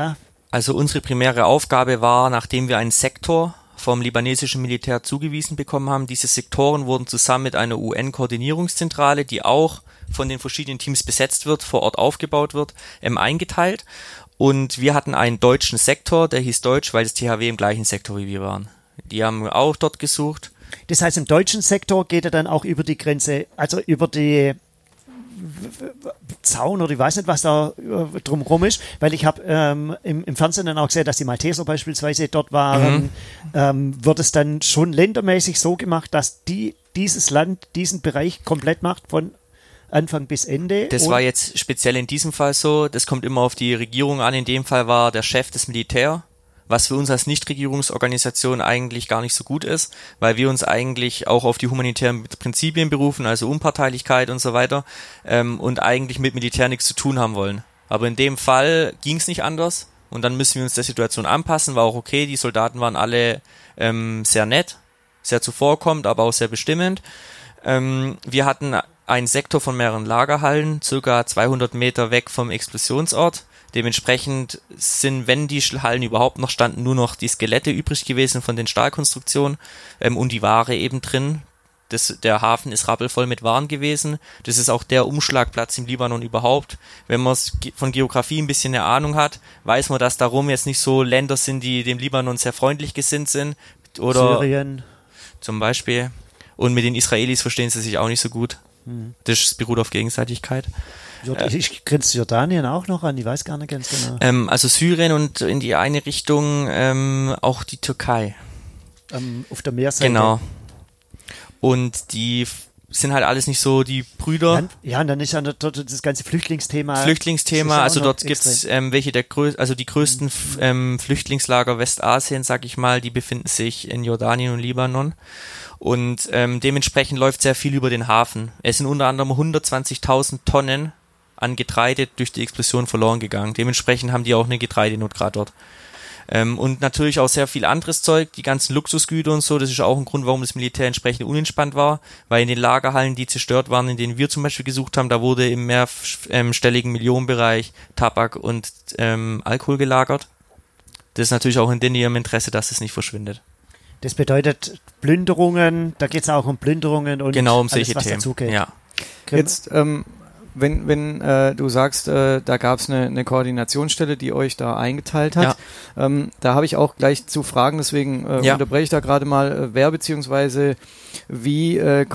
Also unsere primäre Aufgabe war, nachdem wir einen Sektor vom libanesischen Militär zugewiesen bekommen haben, diese Sektoren wurden zusammen mit einer UN-Koordinierungszentrale, die auch von den verschiedenen Teams besetzt wird, vor Ort aufgebaut wird, eingeteilt. Und wir hatten einen deutschen Sektor, der hieß Deutsch, weil das THW im gleichen Sektor wie wir waren. Die haben auch dort gesucht. Das heißt, im deutschen Sektor geht er dann auch über die Grenze, also über die Zaun oder ich weiß nicht, was da drumherum ist, weil ich habe im Fernsehen dann auch gesehen, dass die Malteser beispielsweise dort waren. Wird es dann schon ländermäßig so gemacht, dass dieses Land diesen Bereich komplett macht von Anfang bis Ende? Das war jetzt speziell in diesem Fall so, das kommt immer auf die Regierung an. In dem Fall war der Chef des Militär, was für uns als Nichtregierungsorganisation eigentlich gar nicht so gut ist, weil wir uns eigentlich auch auf die humanitären Prinzipien berufen, also Unparteilichkeit und so weiter, und eigentlich mit Militär nichts zu tun haben wollen. Aber in dem Fall ging es nicht anders und dann müssen wir uns der Situation anpassen, war auch okay, die Soldaten waren alle sehr nett, sehr zuvorkommend, aber auch sehr bestimmend. Wir hatten einen Sektor von mehreren Lagerhallen, circa 200 Meter weg vom Explosionsort. Dementsprechend sind, wenn die Hallen überhaupt noch standen, nur noch die Skelette übrig gewesen von den Stahlkonstruktionen und die Ware eben drin. Der Hafen ist rappelvoll mit Waren gewesen. Das ist auch der Umschlagplatz im Libanon überhaupt. Wenn man von Geografie ein bisschen eine Ahnung hat, weiß man, dass darum jetzt nicht so Länder sind, die dem Libanon sehr freundlich gesinnt sind. Oder Syrien zum Beispiel. Und mit den Israelis verstehen sie sich auch nicht so gut. Das beruht auf Gegenseitigkeit. Ich grenze Jordanien auch noch an, ich weiß gar nicht ganz genau. Also Syrien und in die eine Richtung auch die Türkei. Auf der Meerseite. Genau. Und die sind halt alles nicht so die Brüder. Ja, und dann ist ja dort das ganze Flüchtlingsthema. Also dort gibt's welche die größten Flüchtlingslager Westasiens, sag ich mal, die befinden sich in Jordanien und Libanon. Und dementsprechend läuft sehr viel über den Hafen. Es sind unter anderem 120.000 Tonnen an Getreide durch die Explosion verloren gegangen. Dementsprechend haben die auch eine Getreidenot gerade dort. Und natürlich auch sehr viel anderes Zeug, die ganzen Luxusgüter und so, das ist auch ein Grund, warum das Militär entsprechend unentspannt war, weil in den Lagerhallen, die zerstört waren, in denen wir zum Beispiel gesucht haben, da wurde im mehrstelligen Millionenbereich Tabak und Alkohol gelagert. Das ist natürlich auch in ihrem Interesse, dass es nicht verschwindet. Das bedeutet Plünderungen, da geht es auch um Plünderungen und genau, um alles, solche was Themen. dazugeht. Ja. Jetzt, wenn du sagst, da gab es eine Koordinationsstelle, die euch da eingeteilt hat, da habe ich auch gleich zu Fragen, deswegen unterbreche ich da gerade mal, wer beziehungsweise wie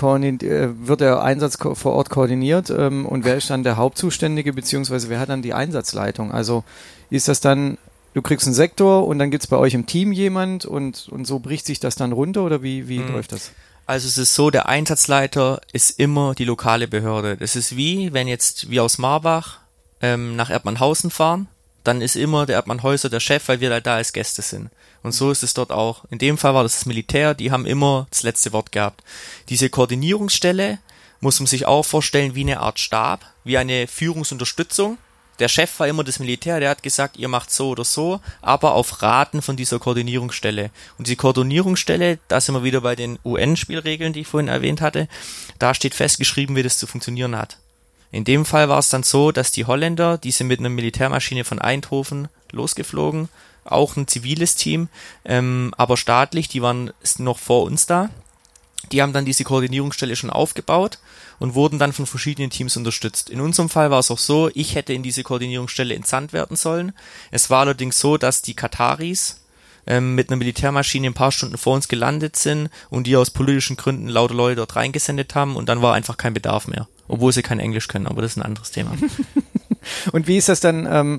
wird der Einsatz vor Ort koordiniert und wer ist dann der Hauptzuständige, beziehungsweise wer hat dann die Einsatzleitung? Also ist das dann, du kriegst einen Sektor und dann gibt es bei euch im Team jemand und so bricht sich das dann runter oder wie läuft das? Also es ist so, der Einsatzleiter ist immer die lokale Behörde. Das ist wie, wenn jetzt wir aus Marbach nach Erdmannhausen fahren, dann ist immer der Erdmannhäuser der Chef, weil wir da als Gäste sind. Und so ist es dort auch. In dem Fall war das Militär, die haben immer das letzte Wort gehabt. Diese Koordinierungsstelle muss man sich auch vorstellen wie eine Art Stab, wie eine Führungsunterstützung. Der Chef war immer das Militär, der hat gesagt, ihr macht so oder so, aber auf Raten von dieser Koordinierungsstelle. Und die Koordinierungsstelle, da sind wir wieder bei den UN-Spielregeln, die ich vorhin erwähnt hatte, da steht festgeschrieben, wie das zu funktionieren hat. In dem Fall war es dann so, dass die Holländer, die sind mit einer Militärmaschine von Eindhoven losgeflogen, auch ein ziviles Team, aber staatlich, die waren noch vor uns da. Die haben dann diese Koordinierungsstelle schon aufgebaut und wurden dann von verschiedenen Teams unterstützt. In unserem Fall war es auch so, ich hätte in diese Koordinierungsstelle entsandt werden sollen. Es war allerdings so, dass die Kataris mit einer Militärmaschine ein paar Stunden vor uns gelandet sind und die aus politischen Gründen lauter Leute dort reingesendet haben und dann war einfach kein Bedarf mehr. Obwohl sie kein Englisch können, aber das ist ein anderes Thema. Und wie ist das dann,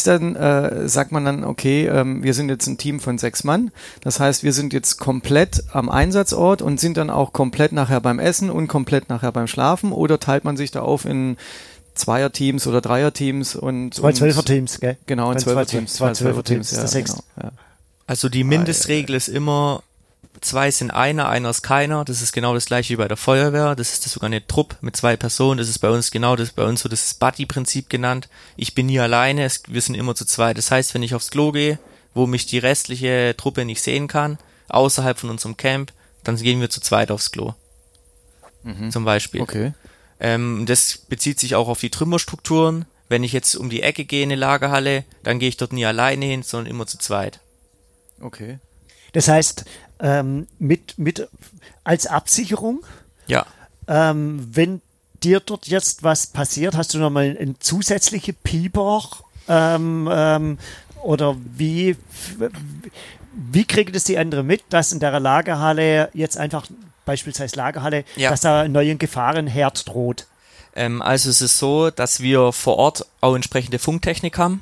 sagt man dann, okay, wir sind jetzt ein Team von 6 Mann, das heißt, wir sind jetzt komplett am Einsatzort und sind dann auch komplett nachher beim Essen und komplett nachher beim Schlafen oder teilt man sich da auf in Zweierteams oder Dreierteams und... 2 Zwölferteams, gell? Genau, in 12er-Teams. 2 Zwölferteams, ja, das 6. genau, ja. Also die Mindestregel ist immer, 2 sind einer ist keiner. Das ist genau das gleiche wie bei der Feuerwehr. Das ist sogar eine Truppe mit 2 Personen. Das ist bei uns genau das, bei uns so das Buddy-Prinzip genannt. Ich bin nie alleine, wir sind immer zu zweit. Das heißt, wenn ich aufs Klo gehe, wo mich die restliche Truppe nicht sehen kann, außerhalb von unserem Camp, dann gehen wir zu zweit aufs Klo. Zum Beispiel. Okay. Das bezieht sich auch auf die Trümmerstrukturen. Wenn ich jetzt um die Ecke gehe in eine Lagerhalle, dann gehe ich dort nie alleine hin, sondern immer zu zweit. Okay. Das heißt, als Absicherung, Ja. wenn dir dort jetzt was passiert, hast du nochmal einen zusätzlichen Pieper oder wie kriegen das die anderen mit, dass in der Lagerhalle jetzt einfach, beispielsweise Lagerhalle, dass da einen neuen Gefahrenherd droht? Also es ist so, dass wir vor Ort auch entsprechende Funktechnik haben.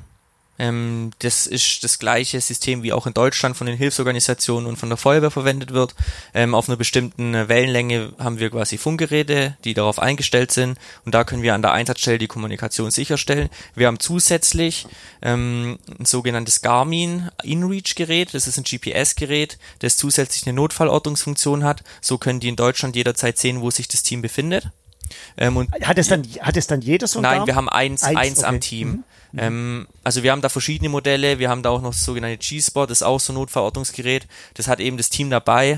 Das ist das gleiche System, wie auch in Deutschland von den Hilfsorganisationen und von der Feuerwehr verwendet wird. Auf einer bestimmten Wellenlänge haben wir quasi Funkgeräte, die darauf eingestellt sind, und da können wir an der Einsatzstelle die Kommunikation sicherstellen. Wir haben zusätzlich ein sogenanntes Garmin InReach-Gerät, das ist ein GPS-Gerät, das zusätzlich eine Notfallortungsfunktion hat. So können die in Deutschland jederzeit sehen, wo sich das Team befindet. Hat es dann jeder so ein Nein, Garmin? wir haben eins okay. Am Team. Mhm. Also wir haben da verschiedene Modelle, wir haben da auch noch das sogenannte G-Spot, das ist auch so ein Notfallortungsgerät, das hat eben das Team dabei,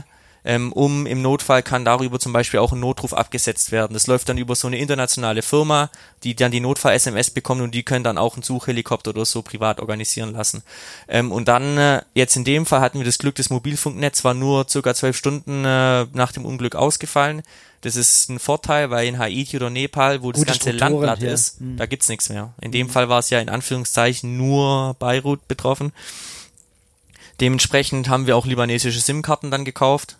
im Notfall kann darüber zum Beispiel auch ein Notruf abgesetzt werden. Das läuft dann über so eine internationale Firma, die dann die Notfall-SMS bekommt, und die können dann auch einen Suchhelikopter oder so privat organisieren lassen. Und dann, jetzt in dem Fall hatten wir das Glück, das Mobilfunknetz war nur circa 12 Stunden nach dem Unglück ausgefallen. Das ist ein Vorteil, weil in Haiti oder Nepal, wo das ganze Land platt ist, da gibt's nichts mehr. In dem Fall war es ja in Anführungszeichen nur Beirut betroffen. Dementsprechend haben wir auch libanesische SIM-Karten dann gekauft,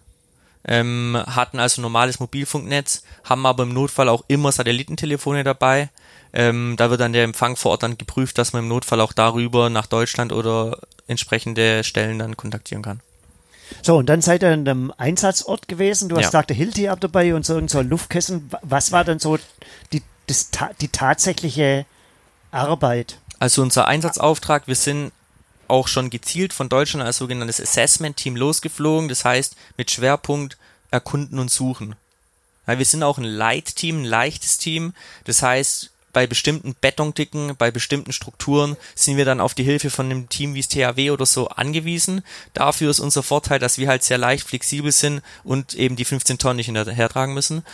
hatten also normales Mobilfunknetz, haben aber im Notfall auch immer Satellitentelefone dabei. Da wird dann der Empfang vor Ort dann geprüft, dass man im Notfall auch darüber nach Deutschland oder entsprechende Stellen dann kontaktieren kann. So, und dann seid ihr in einem Einsatzort gewesen. Du hast gesagt, der Hilti ab dabei und so ein Luftkissen. Was war denn so die tatsächliche Arbeit? Also unser Einsatzauftrag, wir sind auch schon gezielt von Deutschland als sogenanntes Assessment-Team losgeflogen. Das heißt, mit Schwerpunkt Erkunden und Suchen. Ja, wir sind auch ein Light-Team, ein leichtes Team. Das heißt, bei bestimmten Betondicken, bei bestimmten Strukturen sind wir dann auf die Hilfe von einem Team wie das THW oder so angewiesen. Dafür ist unser Vorteil, dass wir halt sehr leicht flexibel sind und eben die 15 Tonnen nicht hinterhertragen müssen.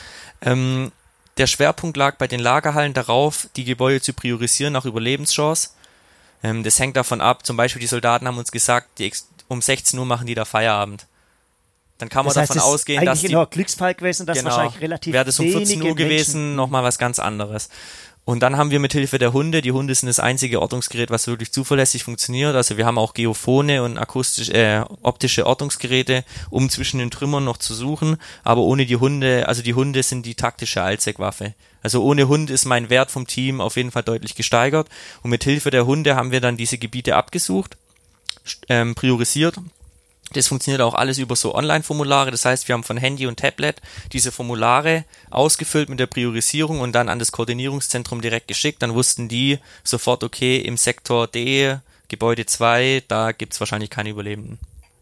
Der Schwerpunkt lag bei den Lagerhallen darauf, die Gebäude zu priorisieren nach Überlebenschance. Das hängt davon ab, zum Beispiel die Soldaten haben uns gesagt, um 16 Uhr machen die da Feierabend. Dann kann man davon ausgehen, dass die... Eigentlich Glücksfall gewesen, dass wahrscheinlich relativ wäre das um 14 Uhr gewesen, nochmal was ganz anderes. Und dann haben wir mit Hilfe der Hunde, die Hunde sind das einzige Ortungsgerät, was wirklich zuverlässig funktioniert. Also wir haben auch Geophone und optische Ortungsgeräte, um zwischen den Trümmern noch zu suchen. Aber ohne die Hunde, also die Hunde sind die taktische Allzweckwaffe. Also ohne Hund ist mein Wert vom Team auf jeden Fall deutlich gesteigert. Und mit Hilfe der Hunde haben wir dann diese Gebiete abgesucht, priorisiert. Das funktioniert auch alles über so Online-Formulare. Das heißt, wir haben von Handy und Tablet diese Formulare ausgefüllt mit der Priorisierung und dann an das Koordinierungszentrum direkt geschickt. Dann wussten die sofort, okay, im Sektor D, Gebäude 2, da gibt's wahrscheinlich keine Überlebenden.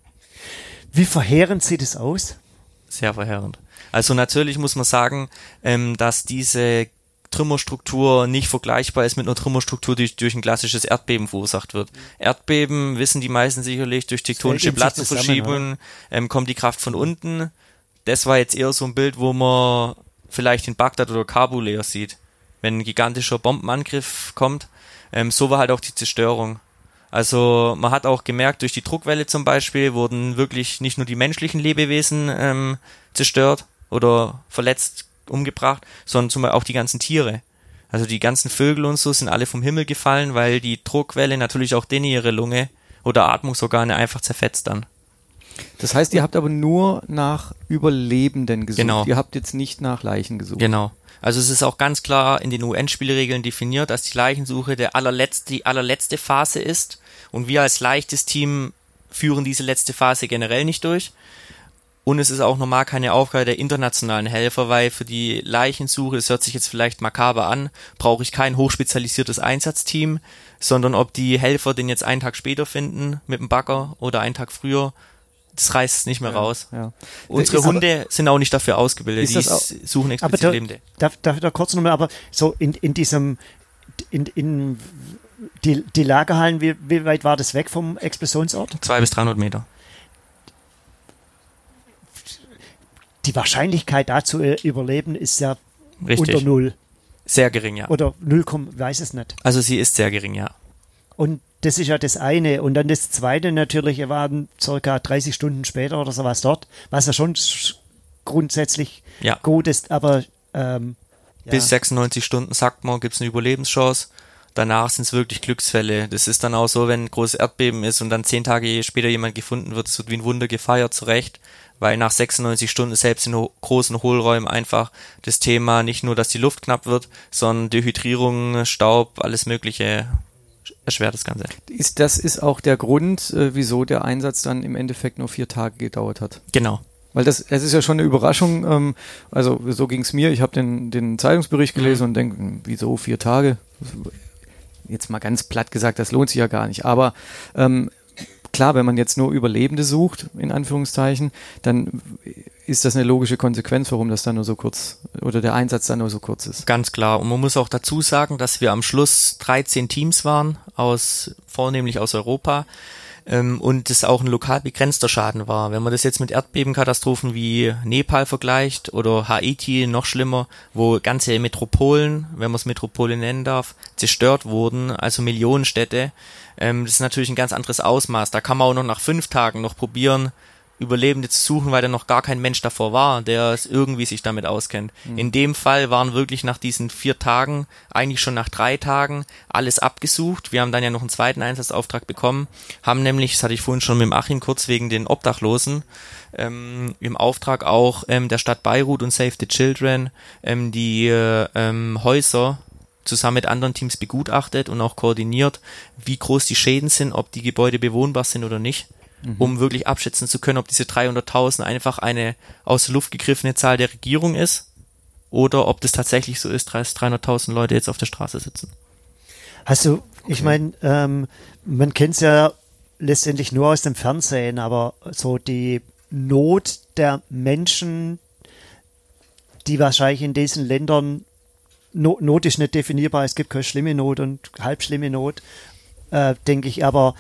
Wie verheerend sieht es aus? Sehr verheerend. Also natürlich muss man sagen, dass diese Trümmerstruktur nicht vergleichbar ist mit einer Trümmerstruktur, die durch ein klassisches Erdbeben verursacht wird. Erdbeben, wissen die meisten sicherlich, durch tektonische Plattenverschiebungen kommt die Kraft von unten. Das war jetzt eher so ein Bild, wo man vielleicht in Bagdad oder Kabul eher sieht. Wenn ein gigantischer Bombenangriff kommt, so war halt auch die Zerstörung. Also man hat auch gemerkt, durch die Druckwelle zum Beispiel wurden wirklich nicht nur die menschlichen Lebewesen zerstört oder verletzt, umgebracht, sondern zum Beispiel auch die ganzen Tiere. Also die ganzen Vögel und so sind alle vom Himmel gefallen, weil die Druckwelle natürlich auch denen ihre Lunge oder Atmungsorgane einfach zerfetzt dann. Das heißt, ihr habt aber nur nach Überlebenden gesucht. Genau. Ihr habt jetzt nicht nach Leichen gesucht. Genau. Also es ist auch ganz klar in den UN-Spielregeln definiert, dass die Leichensuche die allerletzte Phase ist, und wir als leichtes Team führen diese letzte Phase generell nicht durch. Und es ist auch normal keine Aufgabe der internationalen Helfer, weil für die Leichensuche, das hört sich jetzt vielleicht makaber an, brauche ich kein hochspezialisiertes Einsatzteam, sondern ob die Helfer den jetzt einen Tag später finden mit dem Bagger oder einen Tag früher, das reißt es nicht mehr raus. Ja. Unsere Hunde sind auch nicht dafür ausgebildet, die suchen explizit Lebende. Darf ich da kurz nochmal, aber so in diesem, die Lagerhallen, wie weit war das weg vom Explosionsort? 200 bis 300 Meter. Die Wahrscheinlichkeit da zu überleben ist ja richtig. Unter Null. Sehr gering, ja. Oder 0, weiß es nicht. Also sie ist sehr gering, ja. Und das ist ja das eine. Und dann das zweite natürlich, wir waren circa 30 Stunden später oder sowas dort, was ja schon grundsätzlich gut ist, aber bis 96 Stunden, sagt man, gibt es eine Überlebenschance. Danach sind es wirklich Glücksfälle. Das ist dann auch so, wenn ein großes Erdbeben ist und dann 10 Tage später jemand gefunden wird, es wird wie ein Wunder gefeiert, zu Recht, weil nach 96 Stunden selbst in großen Hohlräumen einfach das Thema nicht nur, dass die Luft knapp wird, sondern Dehydrierung, Staub, alles Mögliche erschwert das Ganze. Das ist auch der Grund, wieso der Einsatz dann im Endeffekt nur 4 Tage gedauert hat. Genau. Weil es ist ja schon eine Überraschung, also so ging es mir, ich habe den Zeitungsbericht gelesen und denke, wieso 4 Tage? Jetzt mal ganz platt gesagt, das lohnt sich ja gar nicht, aber klar, wenn man jetzt nur Überlebende sucht, in Anführungszeichen, dann ist das eine logische Konsequenz, warum das dann nur so kurz, oder der Einsatz dann nur so kurz ist. Ganz klar. Und man muss auch dazu sagen, dass wir am Schluss 13 Teams waren, vornehmlich aus Europa, und es auch ein lokal begrenzter Schaden war. Wenn man das jetzt mit Erdbebenkatastrophen wie Nepal vergleicht oder Haiti, noch schlimmer, wo ganze Metropolen, wenn man es Metropole nennen darf, zerstört wurden, also Millionenstädte, das ist natürlich ein ganz anderes Ausmaß. Da kann man auch noch nach 5 Tagen noch probieren, Überlebende zu suchen, weil da noch gar kein Mensch davor war, der es irgendwie sich damit auskennt. In dem Fall waren wirklich nach diesen 4 Tagen, eigentlich schon nach 3 Tagen, alles abgesucht. Wir haben dann ja noch einen zweiten Einsatzauftrag bekommen, haben nämlich, das hatte ich vorhin schon mit dem Achim kurz wegen den Obdachlosen, im Auftrag auch der Stadt Beirut und Save the Children die Häuser zusammen mit anderen Teams begutachtet und auch koordiniert, wie groß die Schäden sind, ob die Gebäude bewohnbar sind oder nicht. Um wirklich abschätzen zu können, ob diese 300.000 einfach eine aus der Luft gegriffene Zahl der Regierung ist oder ob das tatsächlich so ist, dass 300.000 Leute jetzt auf der Straße sitzen. Ich meine, man kennt es ja letztendlich nur aus dem Fernsehen, aber so die Not der Menschen, die wahrscheinlich in diesen Ländern, Not ist nicht definierbar, es gibt keine schlimme Not und halb schlimme Not, denke ich, aber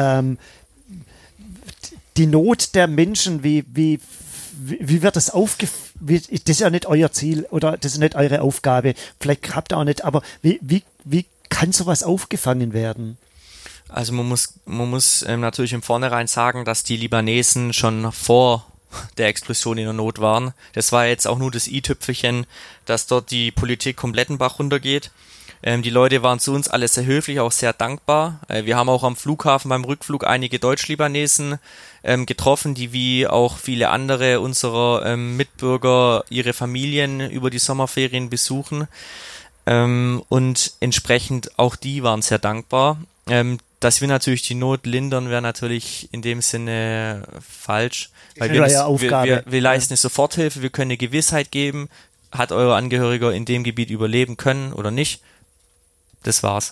die Not der Menschen, wie wird das das ist ja nicht euer Ziel oder das ist nicht eure Aufgabe, vielleicht habt ihr auch nicht, aber wie kann sowas aufgefangen werden? Also man muss natürlich im Vornherein sagen, dass die Libanesen schon vor der Explosion in der Not waren. Das war jetzt auch nur das i-Tüpfelchen, dass dort die Politik komplett den Bach runtergeht. Die Leute waren zu uns alle sehr höflich, auch sehr dankbar. Wir haben auch am Flughafen beim Rückflug einige Deutsch-Libanesen getroffen, die wie auch viele andere unserer Mitbürger ihre Familien über die Sommerferien besuchen. Und entsprechend auch die waren sehr dankbar. Dass wir natürlich die Not lindern, wäre natürlich in dem Sinne falsch. Weil wir leisten eine Soforthilfe, wir können eine Gewissheit geben, hat euer Angehöriger in dem Gebiet überleben können oder nicht. Das war's.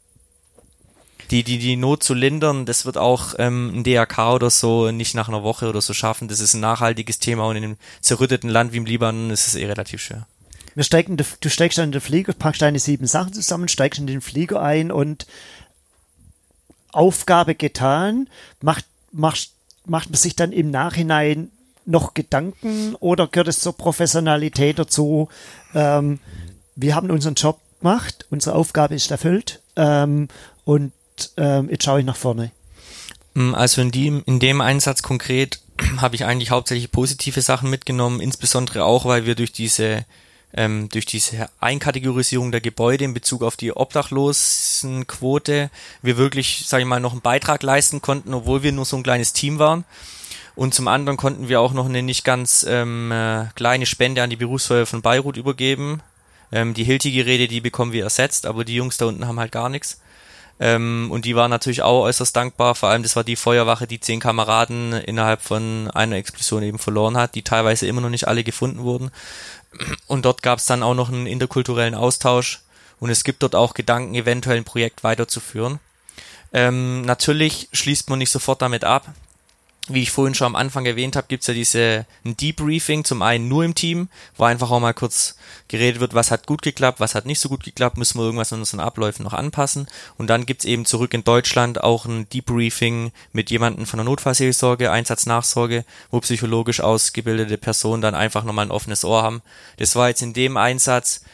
Die Not zu lindern, das wird auch ein DRK oder so nicht nach einer Woche oder so schaffen. Das ist ein nachhaltiges Thema und in einem zerrütteten Land wie im Libanon ist es relativ schwer. Du steigst dann in den Flieger, packst deine 7 Sachen zusammen, steigst in den Flieger ein und Aufgabe getan. Macht man sich dann im Nachhinein noch Gedanken oder gehört es zur Professionalität dazu? Wir haben unseren Job gemacht, unsere Aufgabe ist erfüllt und jetzt schaue ich nach vorne. Also in dem Einsatz konkret habe ich eigentlich hauptsächlich positive Sachen mitgenommen, insbesondere auch, weil wir durch diese Einkategorisierung der Gebäude in Bezug auf die Obdachlosenquote wir wirklich, sage ich mal, noch einen Beitrag leisten konnten, obwohl wir nur so ein kleines Team waren. Und zum anderen konnten wir auch noch eine nicht ganz kleine Spende an die Berufsfeuerwehr von Beirut übergeben. Die Hilti-Geräte, die bekommen wir ersetzt, aber die Jungs da unten haben halt gar nichts. Und die waren natürlich auch äußerst dankbar, vor allem das war die Feuerwache, die 10 Kameraden innerhalb von einer Explosion eben verloren hat, die teilweise immer noch nicht alle gefunden wurden. Und dort gab es dann auch noch einen interkulturellen Austausch und es gibt dort auch Gedanken, eventuell ein Projekt weiterzuführen. Natürlich schließt man nicht sofort damit ab. Wie ich vorhin schon am Anfang erwähnt habe, gibt's ja ein Debriefing, zum einen nur im Team, wo einfach auch mal kurz geredet wird, was hat gut geklappt, was hat nicht so gut geklappt, müssen wir irgendwas in unseren Abläufen noch anpassen. Und dann gibt's eben zurück in Deutschland auch ein Debriefing mit jemandem von der Notfallseelsorge, Einsatznachsorge, wo psychologisch ausgebildete Personen dann einfach nochmal ein offenes Ohr haben. Das war jetzt in dem Einsatz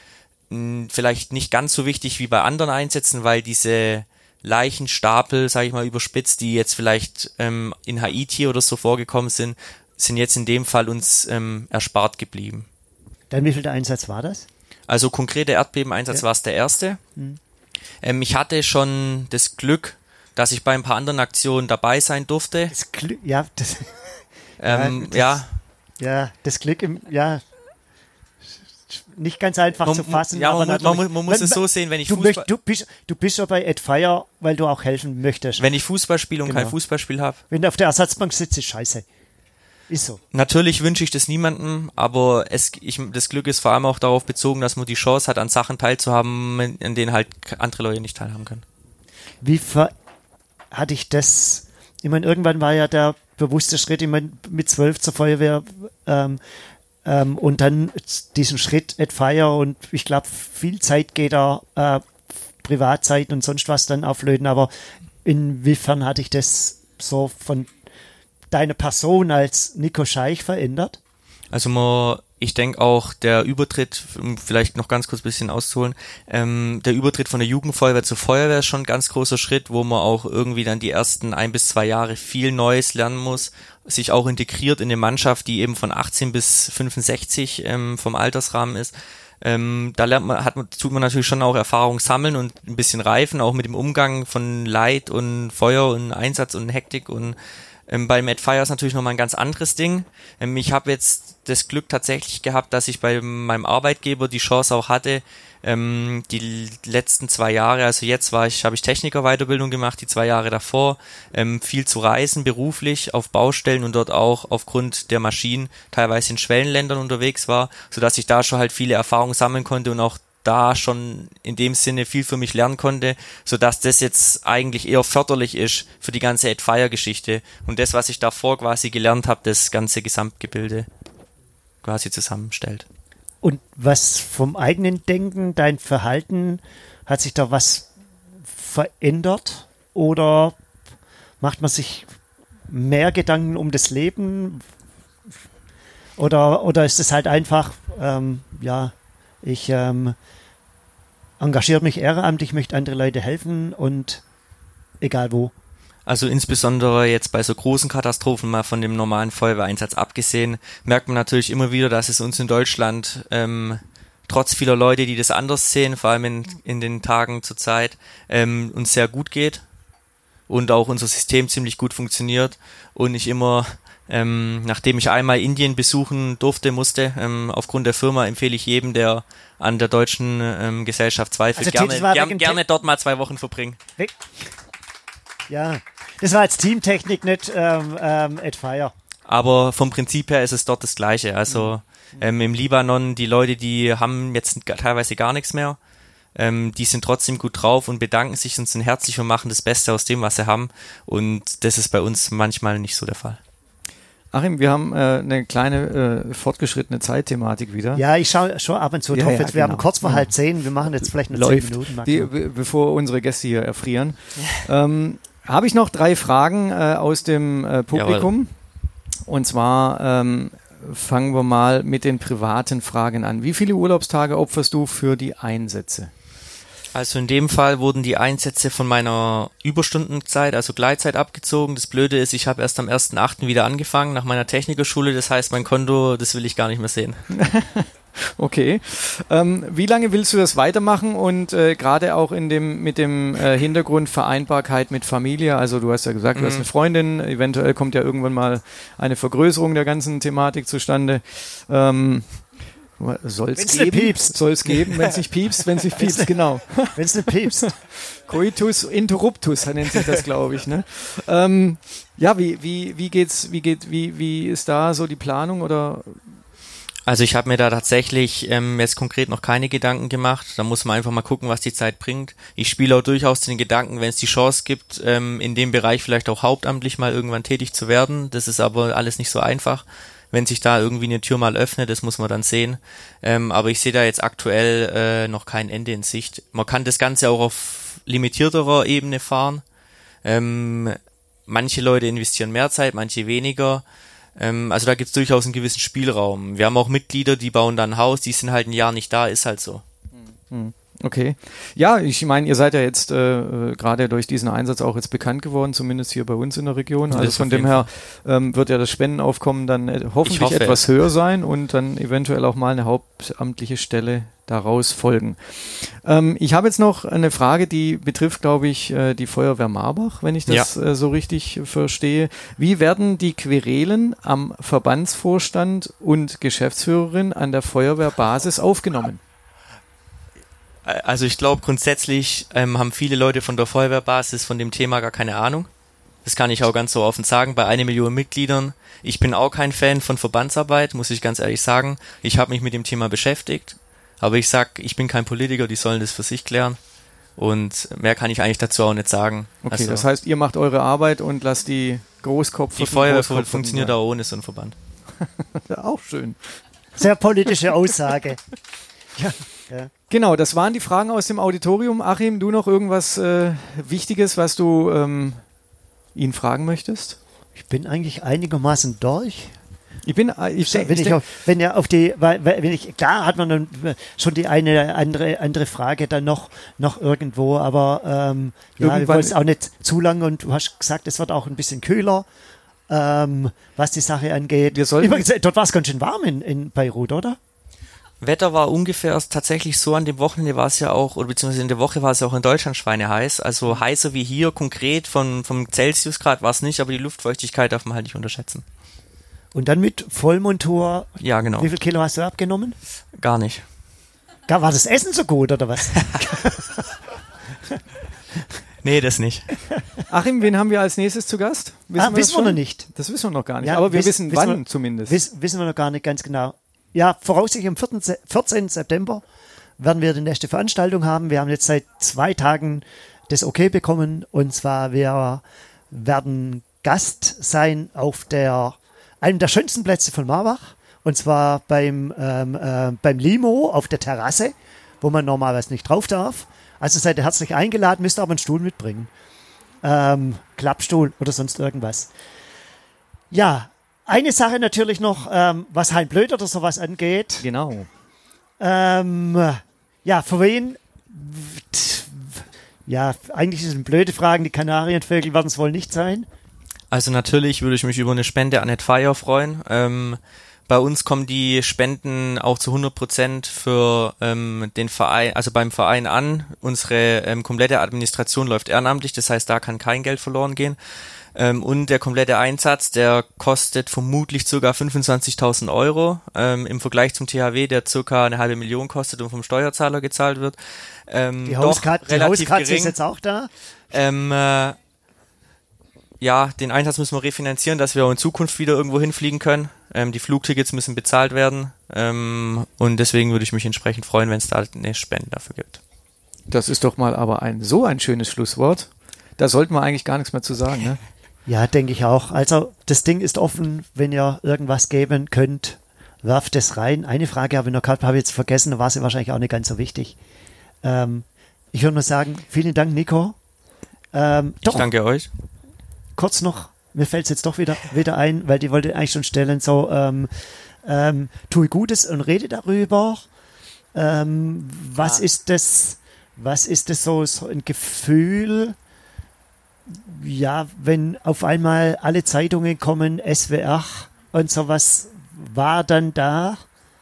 vielleicht nicht ganz so wichtig wie bei anderen Einsätzen, weil diese Leichenstapel, sage ich mal überspitzt, die jetzt vielleicht in Haiti oder so vorgekommen sind jetzt in dem Fall uns erspart geblieben. Dann wie viel der Einsatz war das? Also konkrete Erdbebeneinsatz war es der erste. Ich hatte schon das Glück, dass ich bei ein paar anderen Aktionen dabei sein durfte. Das Glück, ja, das, das Glück nicht ganz einfach zu fassen. Ja, aber man muss es so sehen, wenn ich du bist ja bei Ed Fire, weil du auch helfen möchtest. Wenn ich Fußball spiele und kein Fußballspiel habe. Wenn du auf der Ersatzbank sitzt, ist scheiße. Ist so. Natürlich wünsche ich das niemandem, aber das Glück ist vor allem auch darauf bezogen, dass man die Chance hat, an Sachen teilzuhaben, an denen halt andere Leute nicht teilhaben können. Wie hatte ich das? Ich meine, irgendwann war ja der bewusste Schritt, ich meine, mit 12 zur Feuerwehr und dann diesen Schritt at Fire und ich glaube, viel Zeit geht da, Privatzeit und sonst was dann auflöten, aber inwiefern hatte ich das so von deine Person als Nico Scheich verändert? Also ich denke auch, der Übertritt, um vielleicht noch ganz kurz ein bisschen auszuholen, der Übertritt von der Jugendfeuerwehr zur Feuerwehr ist schon ein ganz großer Schritt, wo man auch irgendwie dann die ersten 1 bis 2 Jahre viel Neues lernen muss, sich auch integriert in eine Mannschaft, die eben von 18 bis 65 vom Altersrahmen ist. Da tut man natürlich schon auch Erfahrung sammeln und ein bisschen reifen, auch mit dem Umgang von Leid und Feuer und Einsatz und Hektik und bei Mad Fire ist natürlich nochmal ein ganz anderes Ding. Ich habe jetzt das Glück tatsächlich gehabt, dass ich bei meinem Arbeitgeber die Chance auch hatte, die letzten 2 Jahre, also jetzt habe ich Technikerweiterbildung gemacht, die 2 Jahre davor, viel zu reisen beruflich auf Baustellen und dort auch aufgrund der Maschinen teilweise in Schwellenländern unterwegs war, sodass ich da schon halt viele Erfahrungen sammeln konnte und auch da schon in dem Sinne viel für mich lernen konnte, sodass das jetzt eigentlich eher förderlich ist für die ganze Ed Fire Geschichte und das, was ich davor quasi gelernt habe, das ganze Gesamtgebilde quasi zusammenstellt. Und was vom eigenen Denken, dein Verhalten, hat sich da was verändert oder macht man sich mehr Gedanken um das Leben oder ist es halt einfach, ich engagiere mich ehrenamtlich, möchte andere Leute helfen und egal wo. Also insbesondere jetzt bei so großen Katastrophen, mal von dem normalen Feuerwehreinsatz abgesehen, merkt man natürlich immer wieder, dass es uns in Deutschland trotz vieler Leute, die das anders sehen, vor allem in den Tagen zur Zeit, uns sehr gut geht und auch unser System ziemlich gut funktioniert und ich immer nachdem ich einmal Indien besuchen musste, aufgrund der Firma empfehle ich jedem, der an der deutschen Gesellschaft zweifelt, also gerne dort mal 2 Wochen verbringen. Ja, das war jetzt Teamtechnik, nicht at Fire. Aber vom Prinzip her ist es dort das Gleiche. Also im Libanon, die Leute, die haben jetzt teilweise gar nichts mehr. Die sind trotzdem gut drauf und bedanken sich und sind herzlich und machen das Beste aus dem, was sie haben. Und das ist bei uns manchmal nicht so der Fall. Achim, wir haben eine kleine fortgeschrittene Zeitthematik wieder. Ja, ich schaue schon ab und zu drauf. Wir haben kurz vor 9:30, wir machen jetzt vielleicht noch 10 Minuten. Bevor unsere Gäste hier erfrieren. Habe ich noch 3 Fragen aus dem Publikum. Jawohl. Und zwar fangen wir mal mit den privaten Fragen an. Wie viele Urlaubstage opferst du für die Einsätze? Also in dem Fall wurden die Einsätze von meiner Überstundenzeit, also Gleitzeit, abgezogen. Das Blöde ist, ich habe erst am 1.8. wieder angefangen nach meiner Technikerschule. Das heißt, mein Konto, das will ich gar nicht mehr sehen. Okay. Wie lange willst du das weitermachen und gerade auch mit dem Hintergrund Vereinbarkeit mit Familie? Also du hast ja gesagt, du hast eine Freundin, eventuell kommt ja irgendwann mal eine Vergrößerung der ganzen Thematik zustande. Soll es geben, wenn es nicht piepst, genau. Wenn es nicht piepst. Coitus interruptus nennt sich das, glaube ich. Ne? Wie ist da so die Planung oder? Also ich habe mir da tatsächlich jetzt konkret noch keine Gedanken gemacht. Da muss man einfach mal gucken, was die Zeit bringt. Ich spiele auch durchaus den Gedanken, wenn es die Chance gibt, in dem Bereich vielleicht auch hauptamtlich mal irgendwann tätig zu werden. Das ist aber alles nicht so einfach. Wenn sich da irgendwie eine Tür mal öffnet, das muss man dann sehen. Aber ich sehe da jetzt aktuell noch kein Ende in Sicht. Man kann das Ganze auch auf limitierterer Ebene fahren. Manche Leute investieren mehr Zeit, manche weniger. Also da gibt es durchaus einen gewissen Spielraum. Wir haben auch Mitglieder, die bauen dann ein Haus, die sind halt ein Jahr nicht da, ist halt so. Okay. Ja, ich meine, ihr seid ja jetzt gerade durch diesen Einsatz auch jetzt bekannt geworden, zumindest hier bei uns in der Region. Also von dem her wird ja das Spendenaufkommen dann hoffentlich etwas höher sein und dann eventuell auch mal eine hauptamtliche Stelle daraus folgen. Ich habe jetzt noch eine Frage, die betrifft, glaube ich, die Feuerwehr Marbach, wenn ich das so richtig verstehe. Wie werden die Querelen am Verbandsvorstand und Geschäftsführerin an der Feuerwehrbasis aufgenommen? Also ich glaube, grundsätzlich haben viele Leute von der Feuerwehrbasis von dem Thema gar keine Ahnung. Das kann ich auch ganz so offen sagen. Bei 1 Million Mitgliedern, ich bin auch kein Fan von Verbandsarbeit, muss ich ganz ehrlich sagen. Ich habe mich mit dem Thema beschäftigt, aber ich sag, ich bin kein Politiker, die sollen das für sich klären. Und mehr kann ich eigentlich dazu auch nicht sagen. Okay, also, das heißt, ihr macht eure Arbeit und lasst die Großkopf... Die Feuerwehr funktioniert auch ohne so einen Verband. Auch schön. Sehr politische Aussage. Ja. Genau, das waren die Fragen aus dem Auditorium. Achim, du noch irgendwas Wichtiges, was du ihn fragen möchtest? Ich bin eigentlich einigermaßen durch. Klar hat man dann schon die eine andere Frage dann noch irgendwo, aber wir wollen es auch nicht zu lang und du hast gesagt, es wird auch ein bisschen kühler, was die Sache angeht. Übrigens, dort war es ganz schön warm in Beirut, oder? Wetter war ungefähr tatsächlich so, an dem Wochenende war es ja auch, oder beziehungsweise in der Woche war es ja auch in Deutschland schweineheiß, also heißer wie hier, konkret vom Celsiusgrad war es nicht, aber die Luftfeuchtigkeit darf man halt nicht unterschätzen. Und dann mit Vollmontur, ja genau. Wie viel Kilo hast du abgenommen? Gar nicht. War das Essen so gut, oder was? Nee, das nicht. Achim, wen haben wir als nächstes zu Gast? Wissen wir noch nicht. Das wissen wir noch gar nicht, aber wir wissen wann zumindest. Wissen wir noch gar nicht ganz genau. Ja, voraussichtlich am 14. September werden wir die nächste Veranstaltung haben. Wir haben jetzt seit 2 Tagen das Okay bekommen. Und zwar, wir werden Gast sein auf einem der schönsten Plätze von Marbach. Und zwar beim Limo auf der Terrasse, wo man normalerweise nicht drauf darf. Also seid ihr herzlich eingeladen, müsst aber einen Stuhl mitbringen. Klappstuhl oder sonst irgendwas. Ja, eine Sache natürlich noch, was Hein Blöd oder sowas angeht. Genau. Ja, für wen? Ja, eigentlich sind es blöde Fragen. Die Kanarienvögel werden es wohl nicht sein. Also natürlich würde ich mich über eine Spende an Fire freuen. Bei uns kommen die Spenden auch zu 100% für den Verein, also beim Verein an. Unsere komplette Administration läuft ehrenamtlich, das heißt, da kann kein Geld verloren gehen. Und der komplette Einsatz, der kostet vermutlich ca. 25.000 Euro im Vergleich zum THW, der ca. 500.000 kostet und vom Steuerzahler gezahlt wird. Die Hauskatze ist jetzt auch da? Ja, den Einsatz müssen wir refinanzieren, dass wir auch in Zukunft wieder irgendwo hinfliegen können. Die Flugtickets müssen bezahlt werden und deswegen würde ich mich entsprechend freuen, wenn es da eine Spende dafür gibt. Das ist doch mal aber so ein schönes Schlusswort. Da sollten wir eigentlich gar nichts mehr zu sagen, ne? Ja, denke ich auch. Also das Ding ist offen, wenn ihr irgendwas geben könnt, werft es rein. Eine Frage habe ich noch gehabt, habe ich jetzt vergessen, da war sie wahrscheinlich auch nicht ganz so wichtig. Ich würde nur sagen, vielen Dank, Nico. Ich danke euch. Kurz noch, mir fällt es jetzt doch wieder ein, weil die wollte eigentlich schon stellen, so tue Gutes und rede darüber. Was ist das so ein Gefühl, ja, wenn auf einmal alle Zeitungen kommen, SWR und sowas, war dann da?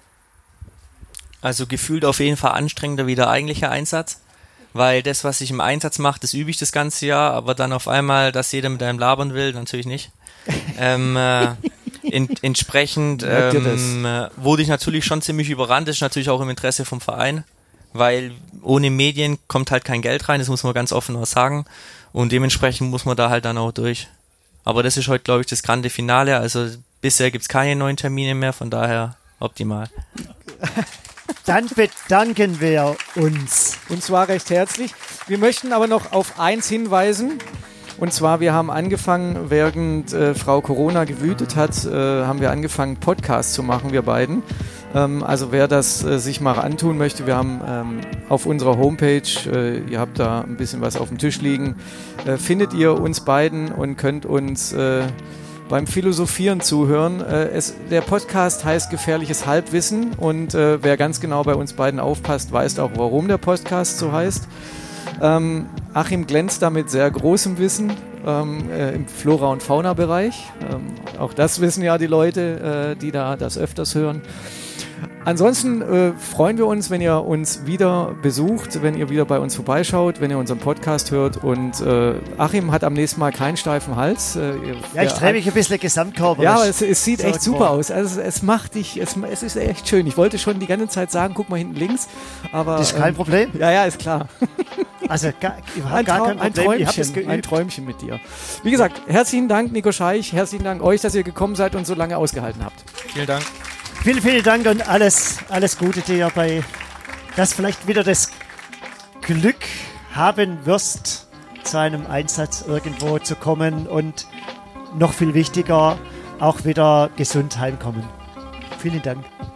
Also gefühlt auf jeden Fall anstrengender wie der eigentliche Einsatz. Weil das, was ich im Einsatz mache, das übe ich das ganze Jahr, aber dann auf einmal, dass jeder mit einem labern will, natürlich nicht. Entsprechend wurde ich natürlich schon ziemlich überrannt. Das ist natürlich auch im Interesse vom Verein, weil ohne Medien kommt halt kein Geld rein, das muss man ganz offen auch sagen. Und dementsprechend muss man da halt dann auch durch. Aber das ist heute, glaube ich, das grande Finale. Also bisher gibt es keine neuen Termine mehr, von daher optimal. Dann bedanken wir uns. Und zwar recht herzlich. Wir möchten aber noch auf eins hinweisen. Und zwar, wir haben angefangen, während Frau Corona gewütet hat, haben wir angefangen, Podcasts zu machen, wir beiden. Also wer das sich mal antun möchte, wir haben auf unserer Homepage, ihr habt da ein bisschen was auf dem Tisch liegen, findet ihr uns beiden und könnt uns beim Philosophieren zuhören. Der Podcast heißt Gefährliches Halbwissen und wer ganz genau bei uns beiden aufpasst, weiß auch, warum der Podcast so heißt. Achim glänzt da mit sehr großem Wissen im Flora- und Fauna-Bereich. Auch das wissen ja die Leute, die da das öfters hören. Ansonsten freuen wir uns, wenn ihr uns wieder besucht, wenn ihr wieder bei uns vorbeischaut, wenn ihr unseren Podcast hört. Und Achim hat am nächsten Mal keinen steifen Hals. Ich drehe mich ein bisschen gesamtkörperlich. Ja, aber es sieht echt super aus. Also es macht dich, es ist echt schön. Ich wollte schon die ganze Zeit sagen, guck mal hinten links. Aber, das ist kein Problem. Ja, ist klar. Also überhaupt gar kein Problem. Ein Träumchen mit dir. Wie gesagt, herzlichen Dank, Nico Scheich. Herzlichen Dank euch, dass ihr gekommen seid und so lange ausgehalten habt. Vielen Dank. Vielen, vielen Dank und alles Gute dir bei, dass vielleicht wieder das Glück haben wirst, zu einem Einsatz irgendwo zu kommen und noch viel wichtiger, auch wieder gesund heimkommen. Vielen Dank.